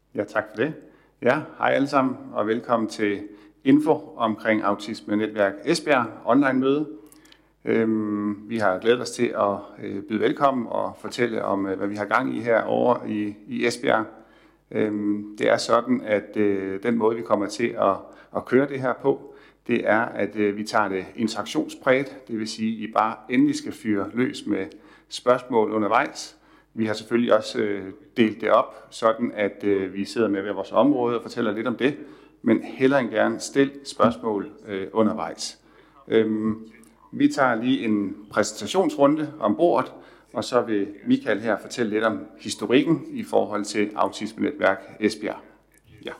Ja, tak for det. Ja, hej alle sammen, og velkommen til info omkring Autisme Netværk Esbjerg online møde. Vi har glædet os til at byde velkommen og fortælle om, hvad vi har gang i herovre i Esbjerg. Det er sådan, at den måde, vi kommer til at køre det her på, det er, at vi tager det interaktionspræget. Det vil sige, at I bare endelig skal fyre løs med spørgsmål undervejs. Vi har selvfølgelig også delt det op, sådan at vi sidder med hver vores område og fortæller lidt om det, men hellere end gerne stil spørgsmål undervejs. Vi tager lige en præsentationsrunde om bordet, og så vil Michael her fortælle lidt om historikken i forhold til Autisme Netværk Esbjerg. Ja.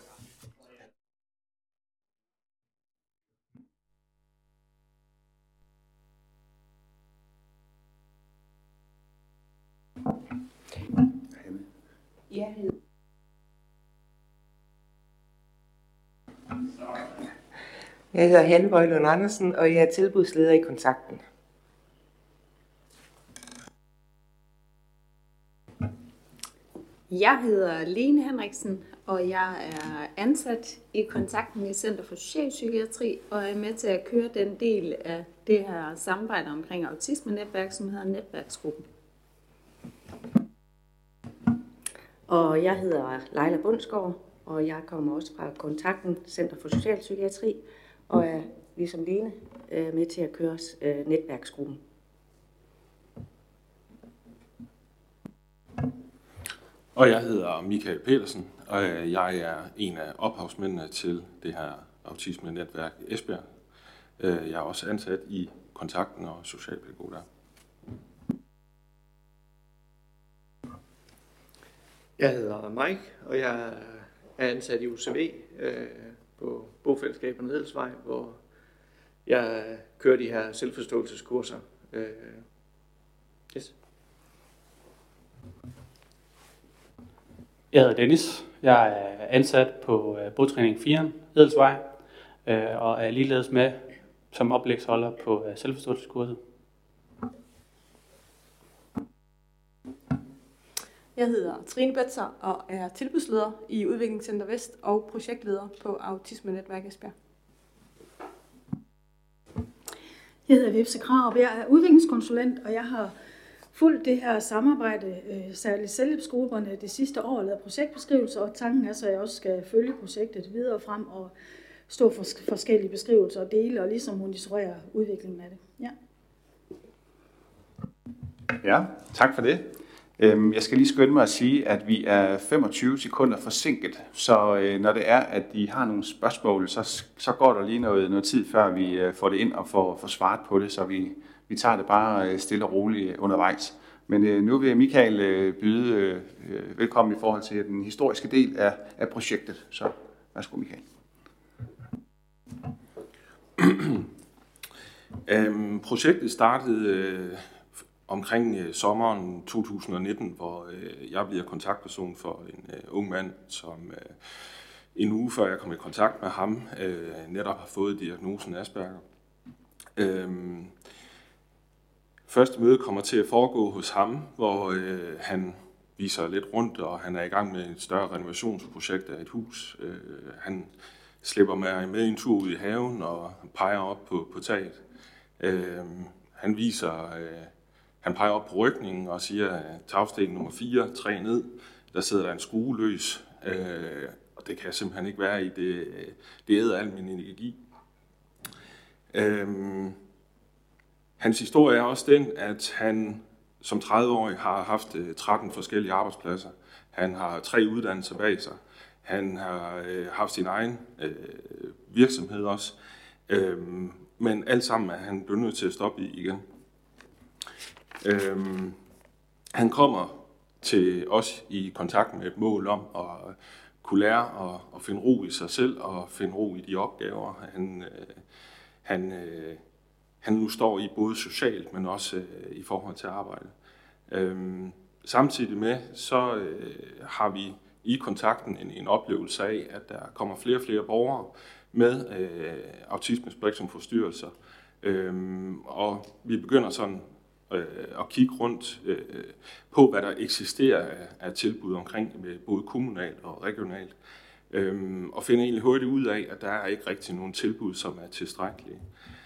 Jeg hedder Hanne Bøjlund Andersen, og jeg er tilbudsleder i Kontakten. Jeg hedder Lene Henriksen, og jeg er ansat i Kontakten i Center for Socialpsykiatri, og er med til at køre den del af det her samarbejde omkring autisme-netværk, som hedder Netværksgruppen. Og jeg hedder Leila Bundsgaard, og jeg kommer også fra Kontakten Center for Socialpsykiatri, og er ligesom Lene med til at køre Netværksgruppen. Og jeg hedder Michael Petersen, og jeg er en af ophavsmændene til det her Autisme Netværk Esbjerg. Jeg er også ansat i Kontakten og socialpædagog der. Jeg hedder Mike, og jeg er ansat i UCV på Bofællesskaberne Edelsvej, hvor jeg kører de her selvforståelseskurser. Yes. Jeg hedder Dennis. Jeg er ansat på Botræning 4, Edelsvej, og er ligeledes med som oplægsholder på selvforståelseskurset. Jeg hedder Trine Betzer og er tilbudsleder i Udviklingscenter Vest og projektleder på Autisme Netværk Esbjerg. Jeg hedder Vibse Krarup, jeg er udviklingskonsulent, og jeg har fulgt det her samarbejde, særligt selvhjælpsgrupperne, det sidste år, lavet projektbeskrivelser, og tanken er så, at jeg også skal følge projektet videre frem og stå for forskellige beskrivelser og dele, og ligesom monitorere udviklingen af det. Ja. Ja, tak for det. Jeg skal lige skynde mig at sige, at vi er 25 sekunder forsinket, så når det er, at I har nogle spørgsmål, så går der lige noget tid, før vi får det ind og får svaret på det, så vi tager det bare stille og roligt undervejs. Men nu vil Michael byde velkommen i forhold til den historiske del af projektet. Så værsgo, Michael. Projektet startede omkring sommeren 2019, hvor jeg bliver kontaktperson for en ung mand, som en uge før jeg kom i kontakt med ham, netop har fået diagnosen Asperger. Første møde kommer til at foregå hos ham, hvor han viser lidt rundt, og han er i gang med et større renovationsprojekt af et hus. Han slipper mig med en tur ud i haven og peger op på taget. Han peger op på rykningen og siger, at tagsten nummer 4, 3 ned, der sidder der en skrue løs, og det kan simpelthen ikke være i, det æder al min energi. Hans historie er også den, at han som 30-årig har haft 13 forskellige arbejdspladser. Han har 3 uddannelser bag sig. Han har haft sin egen virksomhed også, men alt sammen er han blevet nødt til at stoppe i igen. Han kommer til os i kontakt med et mål om at kunne lære at finde ro i sig selv og finde ro i de opgaver, han nu står i, både socialt, men også i forhold til arbejde. Samtidig med, så har vi i Kontakten en oplevelse af, at der kommer flere og flere borgere med autismespektrumforstyrrelser, og vi begynder sådan at kigge rundt på, hvad der eksisterer af tilbud omkring både kommunalt og regionalt. Og finder egentlig hurtigt ud af, at der er ikke rigtig nogen tilbud, som er tilstrækkelige.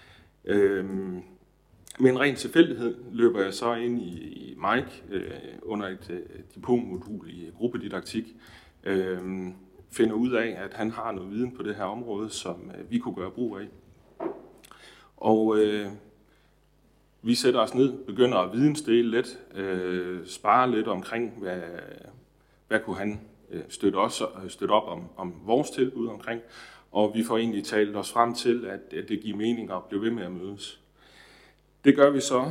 Med en ren tilfældighed løber jeg så ind i Mike under et diplommodul i gruppedidaktik. Finder ud af, at han har noget viden på det her område, som vi kunne gøre brug af. Og vi sætter os ned, begynder at vidensdele lidt, spare lidt omkring, hvad kunne han støtte op om vores tilbud omkring. Og vi får egentlig talt os frem til, at det giver mening at blive ved med at mødes. Det gør vi så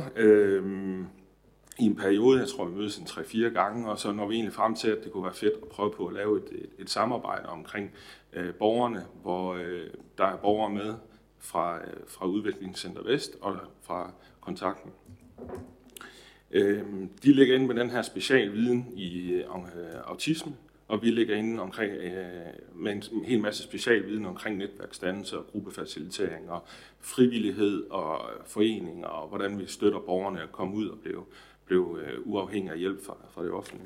i en periode, jeg tror vi mødes 3-4 gange, og så når vi egentlig frem til, at det kunne være fedt at prøve på at lave et samarbejde omkring borgerne, hvor der er borgere med fra Udviklingscenter Vest og fra kontakten. De ligger inde med den her specialviden i autisme, og vi ligger inde omkring, med en hel masse specialviden omkring netværksdannelse og gruppefacilitering og frivillighed og foreninger, og hvordan vi støtter borgerne at komme ud og blive uafhængige af hjælp fra det offentlige.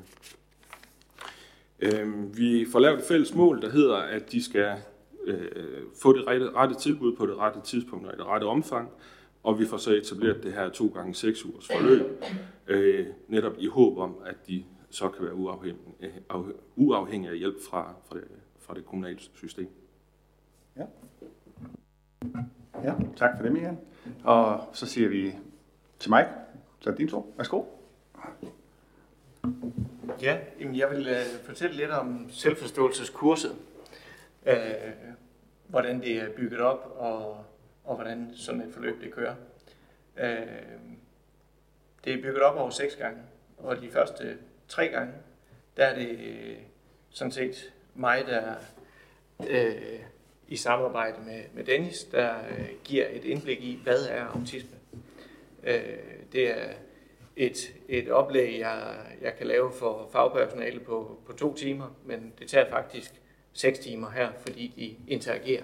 Vi får lavet et fælles mål, der hedder, at de skal få det rette tilbud på det rette tidspunkt og i det rette omfang, og vi får så etableret det her 2x6 ugers forløb, netop i håb om, at de så kan være uafhængige af hjælp fra det kommunale system. Ja, tak for det, Michael. Og så siger vi til Mike, så er det din tur. Værsgo. Ja, jeg vil fortælle lidt om selvforståelseskurset. Hvordan det er bygget op, og hvordan sådan et forløb det kører. Det er bygget op over 6 gange, og de første 3 gange, der er det sådan set mig, der i samarbejde med Dennis, der giver et indblik i, hvad er autisme. Det er et oplæg, jeg kan lave for fagpersonale på 2 timer, men det tager faktisk 6 timer her, fordi de interagerer.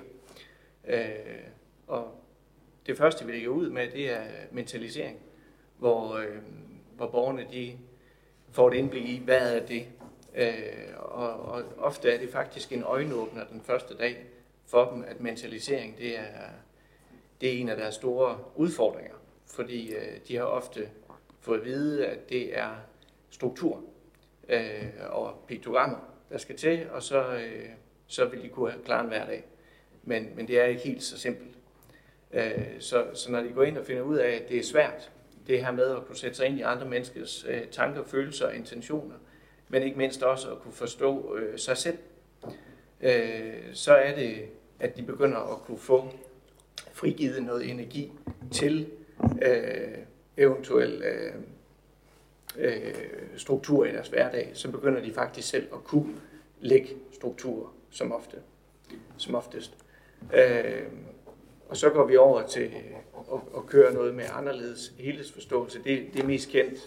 Og det første, vi lægger ud med, det er mentalisering, hvor borgerne de får et indblik i, hvad er det. Og ofte er det faktisk en øjenåbner den første dag for dem, at mentalisering det er en af deres store udfordringer, fordi de har ofte fået at vide, at det er struktur og piktogrammer, der skal til, og så vil de kunne klare en hverdag. Men det er ikke helt så simpelt. Så når de går ind og finder ud af, at det er svært, det her med at kunne sætte sig ind i andre menneskers tanker, følelser og intentioner, men ikke mindst også at kunne forstå sig selv, så er det, at de begynder at kunne få frigivet noget energi til eventuel struktur i deres hverdag, så begynder de faktisk selv at kunne lægge strukturer som oftest. Og så går vi over til at køre noget med anderledes helhedsforståelse. Det er mest kendt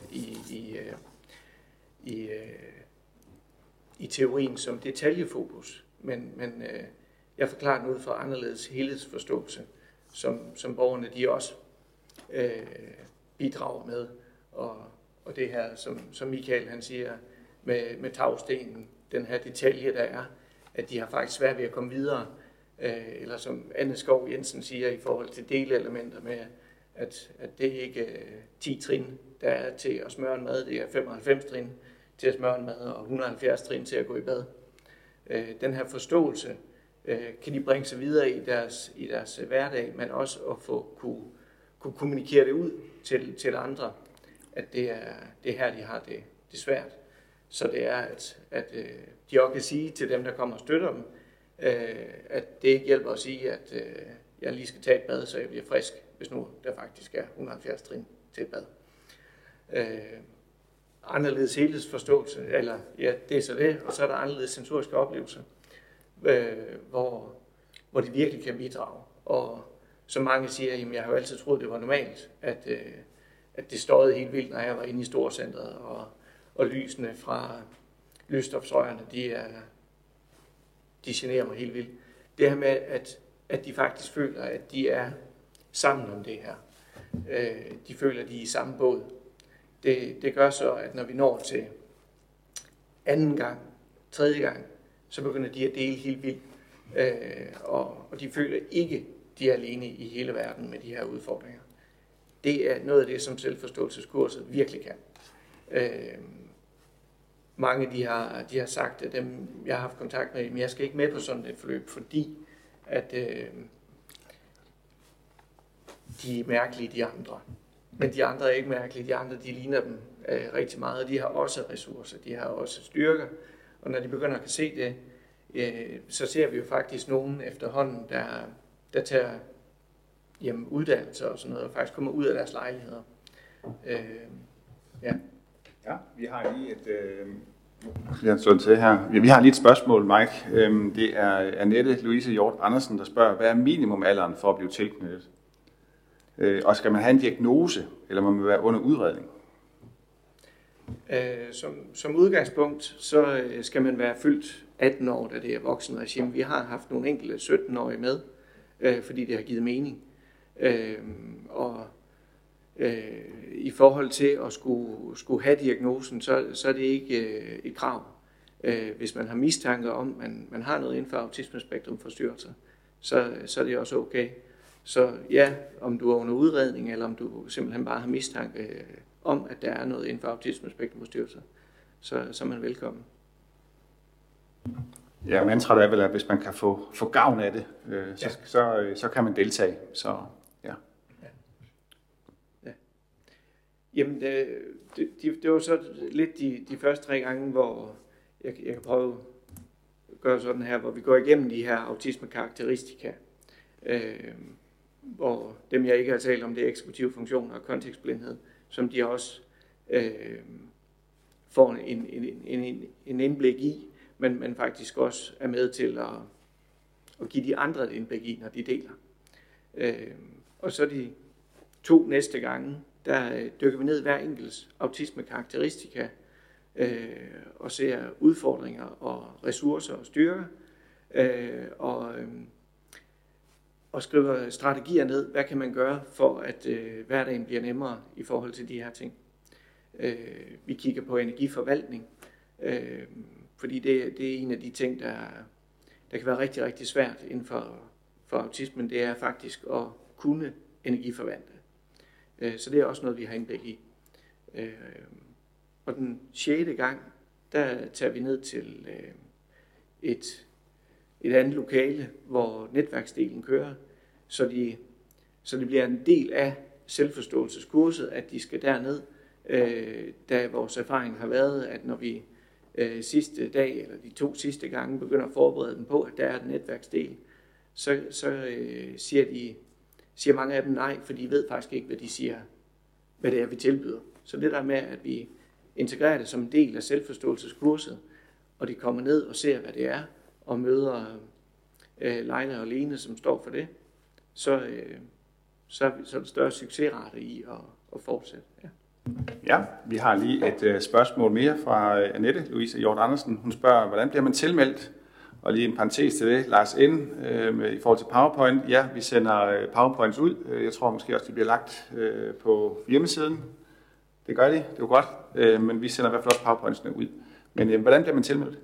i teorien som detaljefokus, men jeg forklarer den ud fra anderledes helhedsforståelse, som borgerne de også bidrager med. Og det her, som Michael han siger, med tagstenen, den her detalje, der er, at de har faktisk svært ved at komme videre. Eller som Anne Skov Jensen siger i forhold til delelementer med, at det ikke er 10 trin, der er til at smøre en mad, det er 95 trin til at smøre en mad, og 170 trin til at gå i bad. Den her forståelse kan de bringe sig videre i deres hverdag, men også at få kunne kommunikere det ud til andre, at det er her, de har det svært. Så det er, at de også kan sige til dem, der kommer og støtter dem, at det ikke hjælper at sige, at jeg lige skal tage et bad, så jeg bliver frisk, hvis nu der faktisk er 170 trin til et bad. Anderledes helhedsforståelse, eller ja, det er så det, og så er der anderledes sensoriske oplevelser, hvor de virkelig kan bidrage. Og som mange siger, jamen jeg har jo altid troet, det var normalt, at det støjede helt vildt, når jeg var inde i storcentret, og lysene fra lysstofsrørene, de generer mig helt vildt. Det her med, at de faktisk føler, at de er sammen om det her. De føler, at de er i samme båd. Det gør så, at når vi når til anden gang, tredje gang, så begynder de at dele helt vildt. Og de føler ikke, de er alene i hele verden med de her udfordringer. Det er noget af det, som selvforståelseskurset virkelig kan. Mange de har sagt, at dem, jeg har haft kontakt med, men jeg skal ikke med på sådan et forløb, fordi at de er mærkelige, de andre. Men de andre er ikke mærkelige. De andre, de ligner dem rigtig meget, og de har også ressourcer, de har også styrker. Og når de begynder at kan se det, så ser vi jo faktisk nogen efterhånden, der tager uddannelser og sådan noget, og faktisk kommer ud af deres lejligheder. Ja. Ja, vi har lige vi har lige et spørgsmål, Mike. Det er Annette Louise Hjort Andersen, der spørger, hvad er minimumalderen for at blive tilknyttet? Og skal man have en diagnose, eller må man være under udredning? Som udgangspunkt, så skal man være fyldt 18 år, da det er voksenregime. Vi har haft nogle enkelte 17-årige med, fordi det har givet mening. I forhold til at skulle have diagnosen, så er det ikke et krav. Hvis man har mistanke om, at man har noget inden for autismespektrumforstyrrelser, så er det også okay. Så ja, om du er under udredning, eller om du simpelthen bare har mistanke om, at der er noget inden for autismespektrumforstyrrelser, så er man velkommen. Ja, mantraet er vel, at hvis man kan få gavn af det, så kan man deltage. Så ja. Jamen, det var så lidt de første 3 gange, hvor jeg kan prøve at gøre sådan her, hvor vi går igennem de her autismekarakteristika, hvor dem jeg ikke har talt om, det er eksekutive funktioner og kontekstblindhed, som de også får en indblik i, men faktisk også er med til at give de andre et indblik i, når de deler. Og så de 2 næste gange, der dykker vi ned i hver enkelt autismekarakteristika og ser udfordringer og ressourcer og styrker og skriver strategier ned. Hvad kan man gøre for, at hverdagen bliver nemmere i forhold til de her ting? Vi kigger på energiforvaltning, fordi det er en af de ting, der kan være rigtig, rigtig svært inden for autismen. Det er faktisk at kunne energiforvalte. Så det er også noget, vi har indblik i. Og den 6. gang, der tager vi ned til et andet lokale, hvor netværksdelen kører, så det bliver en del af selvforståelseskurset, at de skal derned, da vores erfaring har været, at når vi sidste dag, eller de 2 sidste gange, begynder at forberede dem på, at der er et netværksdel, så siger mange af dem nej, for de ved faktisk ikke, hvad det er, vi tilbyder. Så det der med, at vi integrerer det som en del af selvforståelseskurset, og de kommer ned og ser, hvad det er, og møder Leila og Lene, som står for det, så er der større succesrate i at fortsætte. Ja. Ja, vi har lige et spørgsmål mere fra Annette Louise Hjort Andersen. Hun spørger, hvordan bliver man tilmeldt? Og lige en parentes til det, Lars N. I forhold til PowerPoint. Ja, vi sender PowerPoints ud. Jeg tror måske også, de bliver lagt på hjemmesiden. Det gør de, det er jo godt. Men vi sender i hvert fald også PowerPointsene ud. Men hvordan bliver man tilmeldt?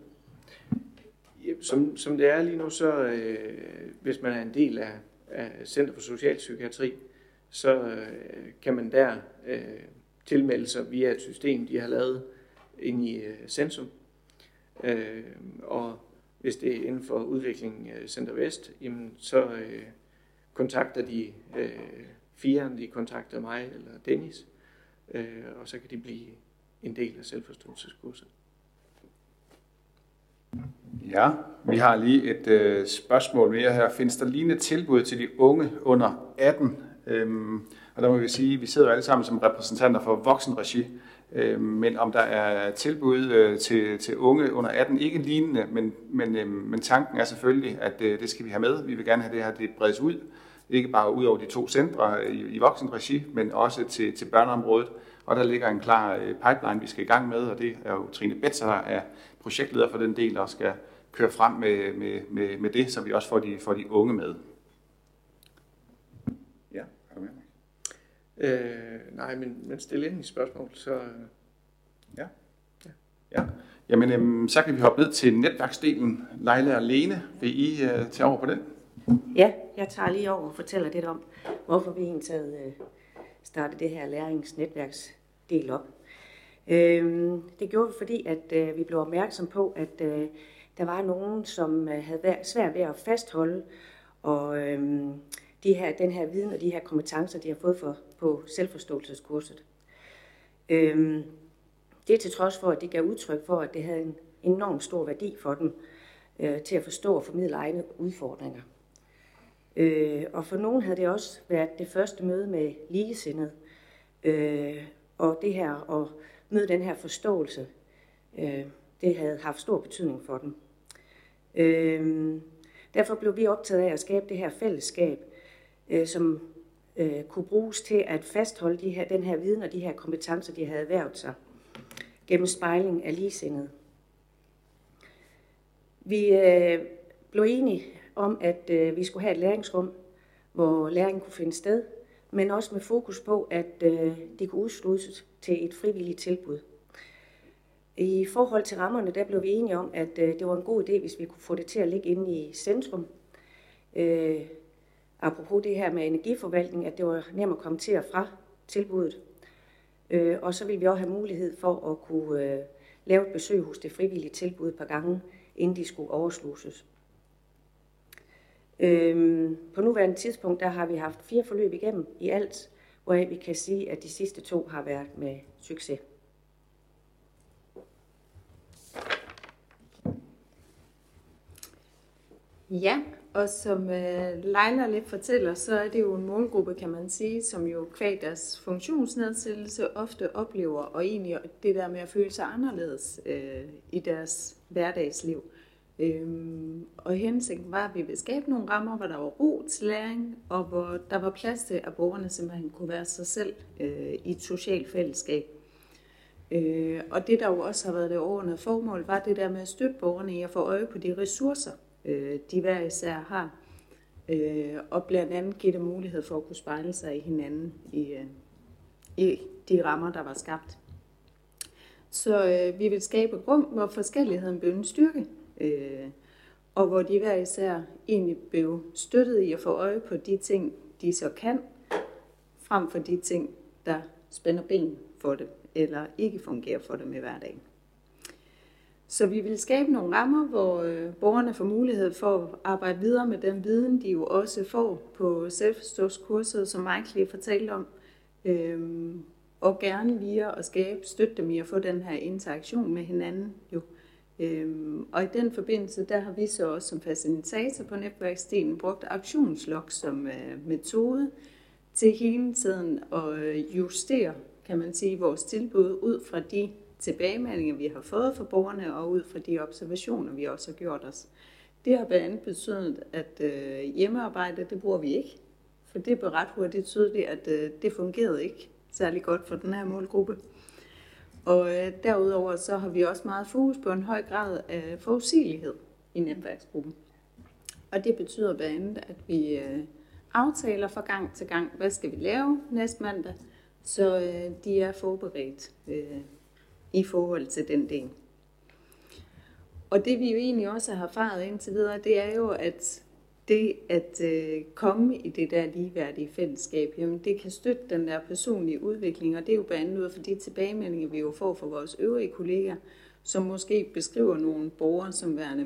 Som det er lige nu, så hvis man er en del af Center for Socialpsykiatri, så kan man der tilmelde sig via et system, de har lavet inde i Sensum. Og hvis det er inden for udvikling Center Vest, jamen så kontakter de 4'eren, de kontakter mig eller Dennis, og så kan de blive en del af selvforståelseskurset. Ja, vi har lige et spørgsmål mere her. Findes der lignende tilbud til de unge under 18? Og der må vi sige, at vi sidder jo alle sammen som repræsentanter for voksenregi, men om der er tilbud til unge under 18, ikke lignende, men tanken er selvfølgelig, at det skal vi have med. Vi vil gerne have det her, det bredes ud, ikke bare ud over de 2 centre i voksenregi, men også til børneområdet. Og der ligger en klar pipeline, vi skal i gang med, og det er jo Trine Betzer, der er projektleder for den del, og skal køre frem med det, så vi også får de unge med. Ja, har du Nej, men stille ind i spørgsmål, så... Ja. Jamen, så kan vi hoppe ned til netværksdelen. Leila og Lene, vil I tage over på den? Ja, jeg tager lige over og fortæller lidt om, hvorfor vi egentlig startede det her læringsnetværksdel op. Det gjorde vi, fordi at vi blev opmærksom på, at der var nogen, som havde svært ved at fastholde og den her viden og de her kompetencer, de har fået på selvforståelseskurset. Det er til trods for, at det gav udtryk for, at det havde en enorm stor værdi for dem til at forstå og formidle egne udfordringer. Og for nogen havde det også været det første møde med ligesindede, og det her at møde den her forståelse, det havde haft stor betydning for dem. Derfor blev vi optaget af at skabe det her fællesskab, som kunne bruges til at fastholde den her viden og de her kompetencer, de havde erhvervet sig gennem spejling af ligesindede. Vi blev enige om, at vi skulle have et læringsrum, hvor læringen kunne finde sted, men også med fokus på, at det kunne udsluttes til et frivilligt tilbud. I forhold til rammerne, der blev vi enige om, at det var en god idé, hvis vi kunne få det til at ligge inde i centrum. Apropos det her med energiforvaltning, at det var nemt at komme til og fra tilbuddet. Og så ville vi også have mulighed for at kunne lave et besøg hos det frivillige tilbud et par gange, inden de skulle oversluses. På nuværende tidspunkt, der har vi haft 4 forløb igennem i alt, hvor vi kan sige, at de sidste 2 har været med succes. Ja, og som Leila lidt fortæller, så er det jo en målgruppe, kan man sige, som jo kvad deres funktionsnedsættelse ofte oplever, og egentlig det der med at føle sig anderledes i deres hverdagsliv. Og hensigten var, at vi ville skabe nogle rammer, hvor der var ro til læring, og hvor der var plads til, at borgerne simpelthen kunne være sig selv i et socialt fællesskab. Og det, der jo også har været det overordnede formål, var det der med at støtte borgerne i at få øje på de ressourcer, de hver især har, og blandt andet give dem mulighed for at kunne spejle sig i hinanden i de rammer, der var skabt. Så vi vil skabe et rum, hvor forskelligheden blev en styrke, og hvor de hver især egentlig blev støttet i at få øje på de ting, de så kan, frem for de ting, der spænder ben for det, eller ikke fungerer for dem i hverdagen. Så vi vil skabe nogle rammer, hvor borgerne får mulighed for at arbejde videre med den viden, de jo også får på selvforståelseskurset, som Mike lige fortalte om, og gerne via at støtte dem i at få den her interaktion med hinanden. Jo. Og i den forbindelse, der har vi så også som facilitator på netværksdelen brugt aktionslog som metode til hele tiden at justere, kan man sige, vores tilbud ud fra de tilbagemeldinger, vi har fået fra borgerne, og ud fra de observationer, vi også har gjort os. Det har blandt andet betydet, at hjemmearbejde, det bruger vi ikke, for det blev ret hurtigt tydeligt, at det fungerede ikke særlig godt for den her målgruppe. Og derudover så har vi også meget fokus på en høj grad af forudsigelighed i netværksgruppen. Og det betyder blandt andet, at vi aftaler fra gang til gang, hvad skal vi lave næste mandag, så de er forberedt i forhold til den del. Og det vi jo egentlig også har erfaret indtil videre, det er jo, at det at komme i det der ligeværdige fællesskab, jamen det kan støtte den der personlige udvikling, og det er jo blandt andet ud for de tilbagemeldinger, vi jo får fra vores øvrige kolleger, som måske beskriver nogle borgere som værende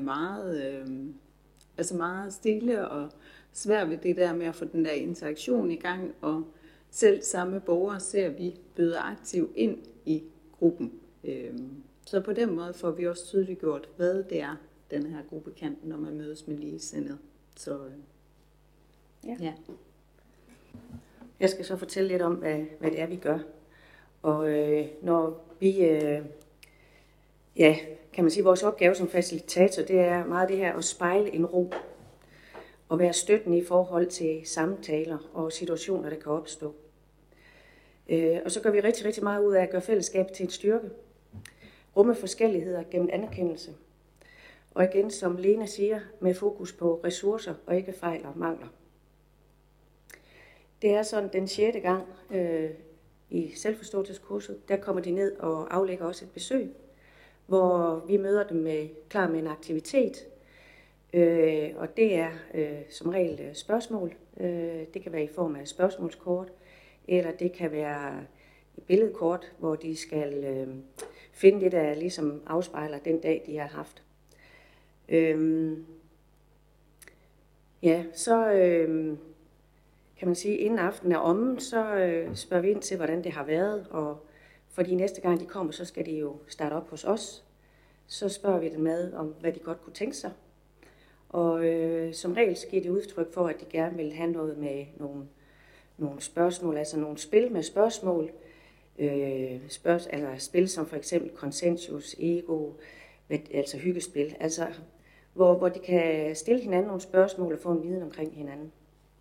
meget stille og svært ved det der med at få den der interaktion i gang, og selv samme borgere ser vi byde aktivt ind i gruppen. Så på den måde får vi også tydeligt gjort, hvad det er, den her gruppe kan, når man mødes med ligesindede. Så ja. Jeg skal så fortælle lidt om, hvad det er, vi gør. Og når vi, kan man sige, vores opgave som facilitator, det er meget det her at spejle en ro. Og være støttende i forhold til samtaler og situationer, der kan opstå. Og så gør vi rigtig, rigtig meget ud af at gøre fællesskab til en styrke. Rumme forskelligheder gennem anerkendelse. Og igen, som Lena siger, med fokus på ressourcer og ikke fejl og mangler. Det er sådan, den 6. gang i selvforståelseskurset, der kommer de ned og aflægger også et besøg, hvor vi møder dem klar med en aktivitet. Og det er som regel spørgsmål. Det kan være i form af spørgsmålskort, eller det kan være et billedkort, hvor de skal finde det, der ligesom afspejler den dag, de har haft. Så kan man sige, inden aftenen er omme, så spørger vi ind til, hvordan det har været, og fordi næste gang de kommer, så skal de jo starte op hos os. Så spørger vi dem med om, hvad de godt kunne tænke sig. Og som regel giver de udtryk for, at de gerne vil have noget med nogle spørgsmål, altså nogle spil med spørgsmål. Eller spil som for eksempel consensus, ego, altså hyggespil. Altså hvor de kan stille hinanden nogle spørgsmål og få en viden omkring hinanden.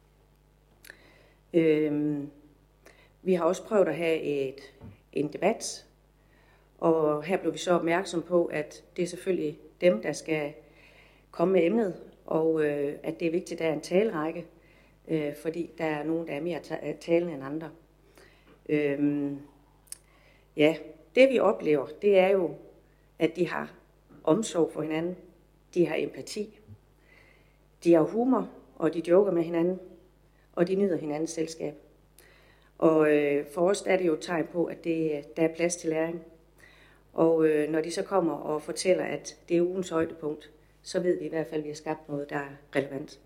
Vi har også prøvet at have en debat, og her blev vi så opmærksom på, at det er selvfølgelig dem, der skal komme med emnet, og at det er vigtigt, at der er en talerække, fordi der er nogen, der er mere talende end andre. Det vi oplever, det er jo, at de har omsorg for hinanden, de har empati, de har humor, og de joker med hinanden, og de nyder hinandens selskab. Og for os er det jo et tegn på, at der er plads til læring. Og når de så kommer og fortæller, at det er ugens højdepunkt, så ved vi i hvert fald, at vi har skabt noget, der er relevant.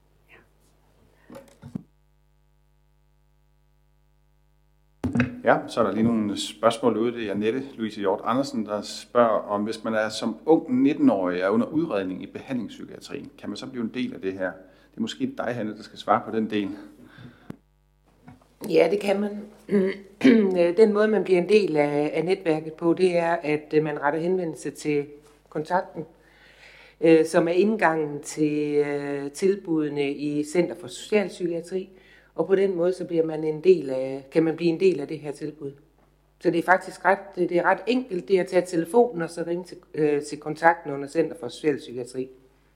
Ja, så er der lige nogle spørgsmål ude. Det er Annette Louise Hjort Andersen, der spørger om, hvis man er som ung 19-årig er under udredning i behandlingspsykiatrien, kan man så blive en del af det her? Det er måske dig, Hanne, der skal svare på den del. Ja, det kan man. Den måde, man bliver en del af netværket på, det er, at man retter henvendelse til kontakten, som er indgangen til tilbudene i Center for Socialpsykiatri, og på den måde så bliver man kan man blive en del af det her tilbud. Så det er faktisk ret enkelt, det er at tage telefonen og så ringe til kontakten under Center for Socialpsykiatri.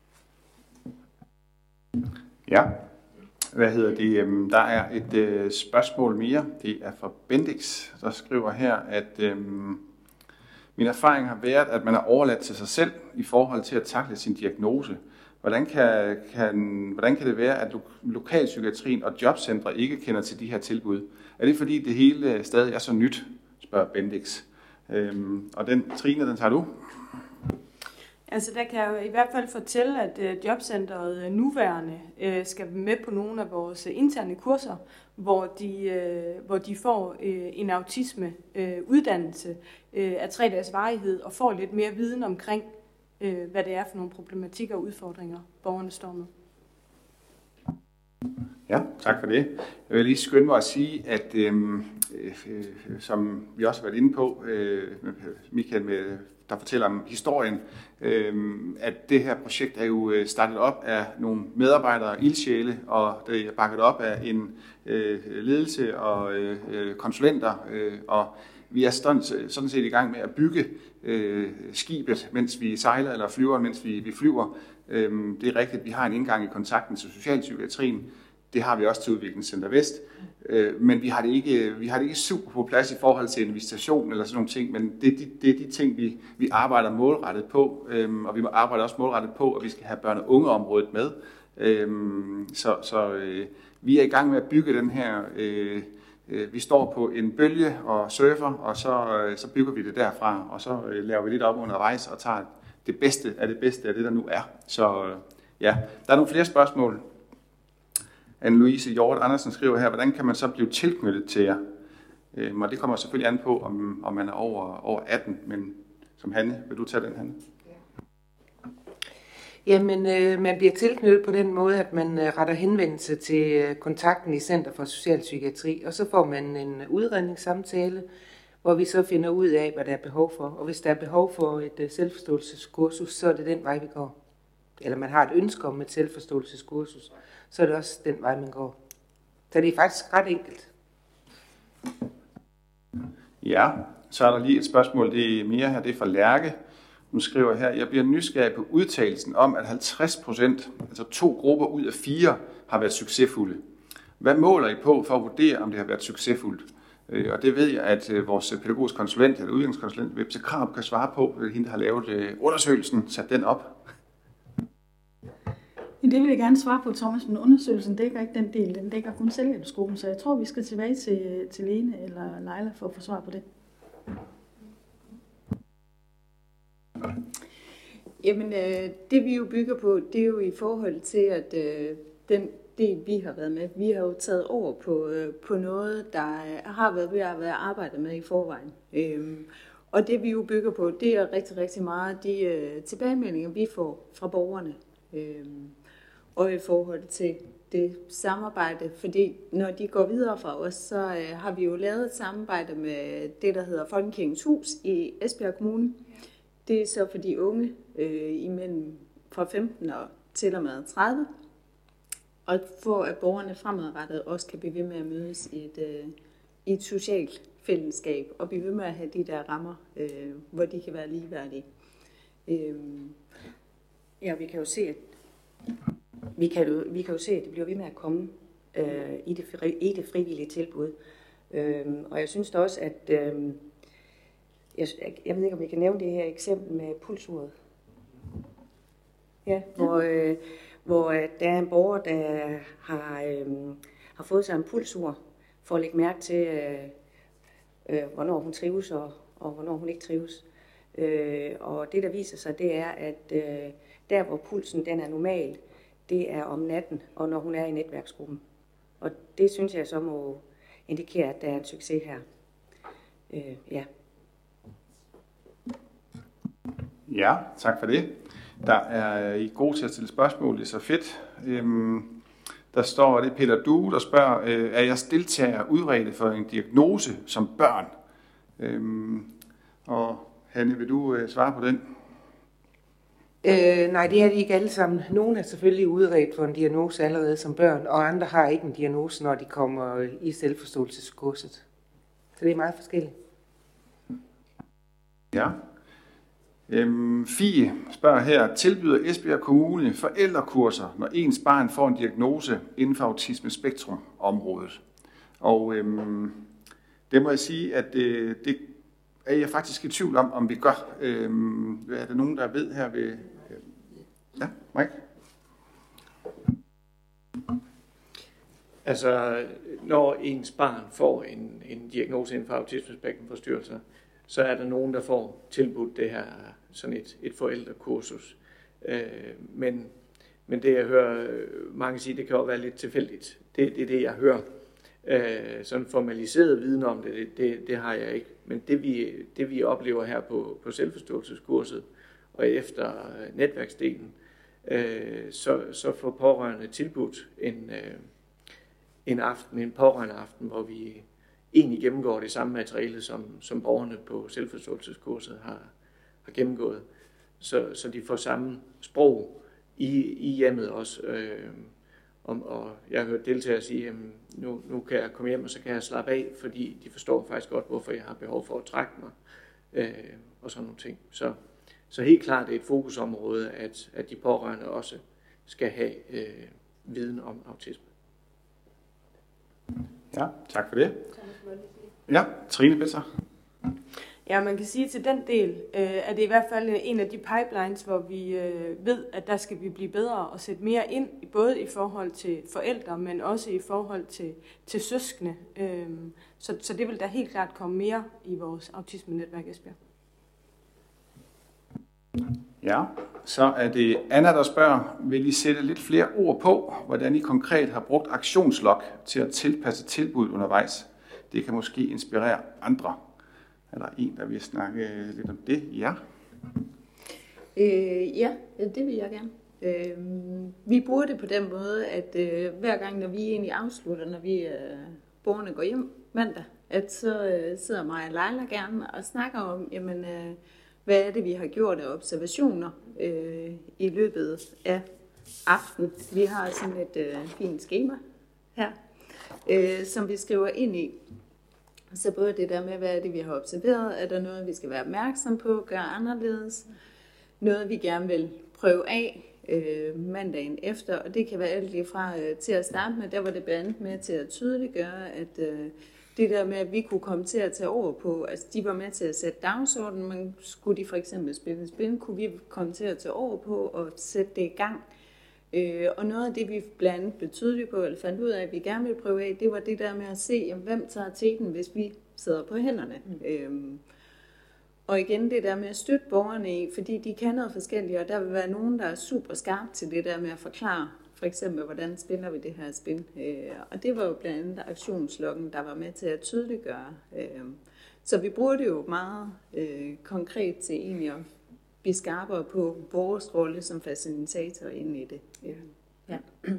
Ja, der er et spørgsmål mere. Det er fra Bendix, der skriver her, at min erfaring har været, at man er overladt til sig selv i forhold til at takle sin diagnose. Hvordan kan det være, at lokalpsykiatrien og jobcentre ikke kender til de her tilbud? Er det fordi det hele stadig er så nyt, spørger Bendix. Og Trine, den tager du. Altså der kan jeg jo i hvert fald fortælle, at jobcentret nuværende skal med på nogle af vores interne kurser, hvor de får en autisme-uddannelse af 3 dages varighed og får lidt mere viden omkring, hvad det er for nogle problematikker og udfordringer, borgerne står med. Ja, tak for det. Jeg vil lige skynde mig at sige, at som vi også har været inde på, Michael, der fortæller om historien, at det her projekt er jo startet op af nogle medarbejdere, ildsjæle, og det er bakket op af en ledelse og konsulenter, og vi er sådan set i gang med at bygge skibet, mens vi sejler, eller flyver, mens vi flyver. Det er rigtigt, at vi har en indgang i kontakten til socialpsykiatrien. Det har vi også til Udviklingscenter Vest. Men vi har det ikke super på plads i forhold til en visitation eller sådan nogle ting, men det er de ting, vi arbejder målrettet på, og vi arbejder også målrettet på, at vi skal have børne- og ungeområdet med. Så vi er i gang med at bygge den her. Vi står på en bølge og surfer, og så bygger vi det derfra, og så laver vi lidt op undervejs og tager det bedste af det, der nu er. Så ja, der er nogle flere spørgsmål. Anne-Louise Hjort Andersen skriver her, hvordan kan man så blive tilknyttet til jer? Og det kommer selvfølgelig an på, om man er over 18, men som Hanne, vil du tage den, Hanne? Jamen, man bliver tilknyttet på den måde, at man retter henvendelse til kontakten i Center for Socialpsykiatri, og så får man en udredningssamtale, hvor vi så finder ud af, hvad der er behov for. Og hvis der er behov for et selvforståelseskursus, så er det den vej, vi går. Eller man har et ønske om et selvforståelseskursus, så er det også den vej, man går. Så det er faktisk ret enkelt. Ja, så er der lige et spørgsmål, det er mere her, det er fra Lærke. Hun skriver her, jeg bliver nysgerrig på udtalelsen om, at 50%, altså 2 grupper ud af 4, har været succesfulde. Hvad måler I på for at vurdere, om det har været succesfuldt? Og det ved jeg, at vores pædagogisk konsulent, eller udviklingskonsulent, Vibse Krarup, kan svare på. Hende, der har lavet undersøgelsen, sat den op. Det vil jeg gerne svare på, Thomas, men undersøgelsen dækker ikke den del. Den dækker kun selvhjælpsgruppen, så jeg tror, vi skal tilbage til Lene eller Leila for at få svar på det. Jamen, det vi jo bygger på, det er jo i forhold til, at den del, vi har været med, vi har jo taget over på noget, der har været ved at være arbejdet med i forvejen. Og det vi jo bygger på, det er rigtig, rigtig meget de tilbagemeldinger, vi får fra borgerne. Og i forhold til det samarbejde, fordi når de går videre fra os, så har vi jo lavet et samarbejde med det, der hedder Folkekirkens Hus i Esbjerg Kommune. Det er så for de unge imellem fra 15 og til og med 30. Og for at borgerne fremadrettet også kan blive ved med at mødes i et socialt fællesskab og blive ved med at have de der rammer, hvor de kan være ligeværdige. Ja, vi kan jo se, at vi kan jo se, at det bliver ved med at komme i det frivillige tilbud. Og jeg synes da også, at jeg ved ikke, om jeg kan nævne det her eksempel med pulsuret. Ja, hvor der er en borger, der har fået sig en pulsur for at lægge mærke til, hvornår hun trives og hvornår hun ikke trives. Og det, der viser sig, det er, at der, hvor pulsen den er normal, det er om natten, og når hun er i netværksgruppen. Og det synes jeg så må indikere, at der er en succes her. Ja. Ja, tak for det. Der er I gode til at stille spørgsmål, det er så fedt. Der står, det er Peter Due, der spørger, er jeres deltagere udredt for en diagnose som børn? Og Hanne, vil du svare på den? Nej, det er de ikke alle sammen. Nogle er selvfølgelig udredt for en diagnose allerede som børn, og andre har ikke en diagnose, når de kommer i selvforståelseskurset. Så det er meget forskelligt. Ja. Fie spørger her, tilbyder Esbjerg Kommune forældrekurser, når ens barn får en diagnose inden for autisme-spektrum-området? Og det må jeg sige, at det er jeg faktisk i tvivl om vi gør. Er der nogen, der ved her ved... Ja, Mike? Altså, når ens barn får en diagnose inden for autisme-spektrum-forstyrrelser, så er der nogen, der får tilbudt det her, sådan et forældrekursus. Men det, jeg hører mange sige, det kan jo være lidt tilfældigt. Det er det, jeg hører. Sådan formaliseret viden om det har jeg ikke. Men det vi oplever her på selvforståelseskurset og efter netværksdelen, så får pårørende tilbudt en pårørende aften, hvor vi egentlig gennemgår det samme materiale, som borgerne på selvforståelseskurset har gennemgået. Så de får samme sprog i hjemmet også. Og jeg har hørt deltagere sige, at nu kan jeg komme hjem, og så kan jeg slappe af, fordi de forstår faktisk godt, hvorfor jeg har behov for at trække mig, og sådan nogle ting. Så helt klart det er et fokusområde, at de pårørende også skal have viden om autisme. Ja, tak for det. Ja, Trine Besser. Ja, man kan sige til den del, at det i hvert fald en af de pipelines, hvor vi ved, at der skal vi blive bedre og sætte mere ind, både i forhold til forældre, men også i forhold til søskende. Så det vil der helt klart komme mere i vores autisme-netværk Esbjerg. Ja, så er det Anna, der spørger, vil I sætte lidt flere ord på, hvordan I konkret har brugt aktionslog til at tilpasse tilbud undervejs? Det kan måske inspirere andre. Er der en, der vil snakke lidt om det? Ja. Ja, det vil jeg gerne. Vi bruger det på den måde, at hver gang, når vi egentlig afslutter, når vi borgerne går hjem mandag, at så sidder mig og Leila gerne og snakker om, jamen, hvad er det, vi har gjort af observationer i løbet af aftenen. Vi har sådan et fint schema her, som vi skriver ind i. Så både det der med, hvad er det, vi har observeret, er der noget, vi skal være opmærksom på, gøre anderledes, noget, vi gerne vil prøve af, mandagen efter, og det kan være alt lige fra til at starte med, der var det blandt andet med til at tydeliggøre, at det der med, at vi kunne komme til at tage over på, altså de var med til at sætte dagsordenen, men skulle de for eksempel spille spil, kunne vi komme til at tage over på og sætte det i gang. Og noget af det, vi blandt andet blev tydelige på, eller fandt ud af, at vi gerne ville prøve af, det var det der med at se, jamen, hvem tager teten, hvis vi sidder på hænderne. Og igen det der med at støtte borgerne i, fordi de kan noget forskelligt, og der vil være nogen, der er super skarpe til det der med at forklare, for eksempel, hvordan spiller vi det her spil. Og det var jo blandt andet aktionsloggen, der var med til at tydeliggøre. Så vi bruger det jo meget konkret til egentlig at blive skarpere på vores rolle som facilitator inde i det. Ja.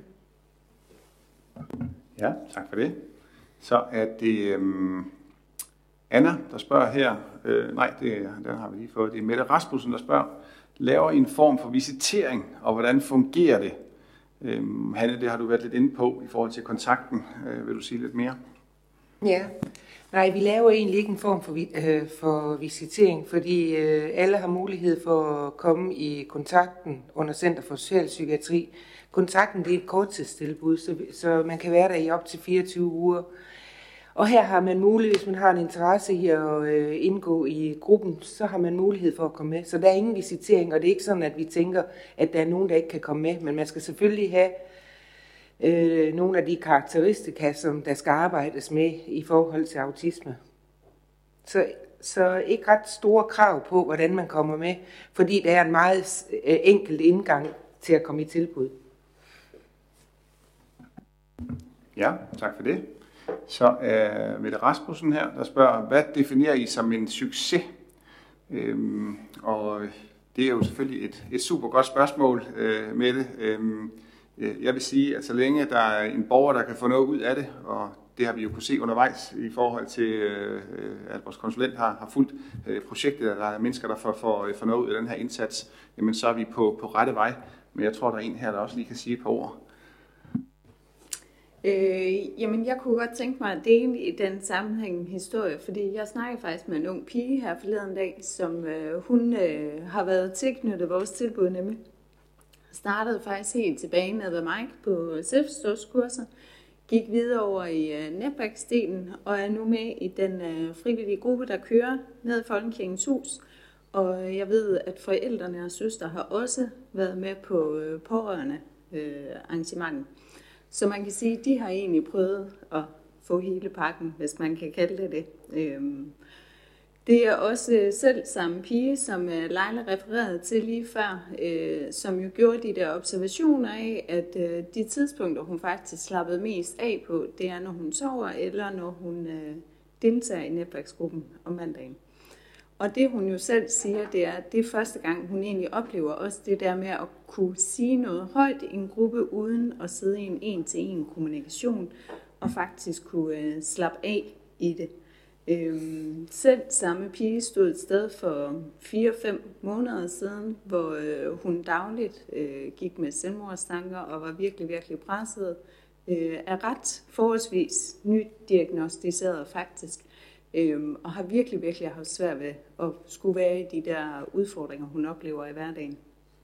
Ja, tak for det. Så er det Anna, der spørger her. Den har vi lige fået. Det er Mette Rasmussen, der spørger. Laver I en form for visitering, og hvordan fungerer det? Hanne, det har du været lidt inde på i forhold til kontakten. Vil du sige lidt mere? Ja, nej, vi laver egentlig ikke en form for visitering, fordi alle har mulighed for at komme i kontakten under Center for Socialpsykiatri. Kontakten, det er et korttidstilbud, så man kan være der i op til 24 uger. Og her har man mulighed, hvis man har en interesse i at indgå i gruppen, så har man mulighed for at komme med. Så der er ingen visitering, og det er ikke sådan, at vi tænker, at der er nogen, der ikke kan komme med. Men man skal selvfølgelig have nogle af de karakteristika, som der skal arbejdes med i forhold til autisme. Så ikke ret store krav på, hvordan man kommer med, fordi der er en meget enkelt indgang til at komme i tilbud. Ja, tak for det. Så er Mette Rasmussen her, der spørger, hvad definerer I som en succes? Og det er jo selvfølgelig et super godt spørgsmål, Mette. Jeg vil sige, at så længe der er en borger, der kan få noget ud af det, og det har vi jo kunne se undervejs i forhold til, at vores konsulent har fulgt projektet, at der er mennesker, der får noget ud af den her indsats, jamen så er vi på rette vej. Men jeg tror, der er en her, der også lige kan sige et par ord. Jamen, jeg kunne godt tænke mig at dele i den sammenhæng historie, fordi jeg snakkede faktisk med en ung pige her forleden dag, som hun har været tilknyttet vores tilbud nemlig. Startede faktisk helt tilbage nede ved Mike på selvforståelseskurser, gik videre over i netværksdelen og er nu med i den frivillige gruppe, der kører ned i Folkekirkens Hus. Og jeg ved, at forældrene og søster har også været med på pårørende arrangementer. Så man kan sige, at de har egentlig prøvet at få hele pakken, hvis man kan kalde det det. Det er også selv samme pige, som Leila refererede til lige før, som jo gjorde de der observationer af, at de tidspunkter, hun faktisk slappede mest af på, det er, når hun sover, eller når hun deltager i netværksgruppen om mandagen. Og det hun jo selv siger, det er første gang, hun egentlig oplever også det der med at kunne sige noget højt i en gruppe, uden at sidde i en en-til-en kommunikation, og faktisk kunne slappe af i det. Selv samme pige stod et sted for 4-5 måneder siden, hvor hun dagligt gik med selvmordstanker og var virkelig, virkelig presset. Er ret forholdsvis nydiagnostiseret faktisk. Og har virkelig, virkelig haft svært ved at skulle være i de der udfordringer, hun oplever i hverdagen.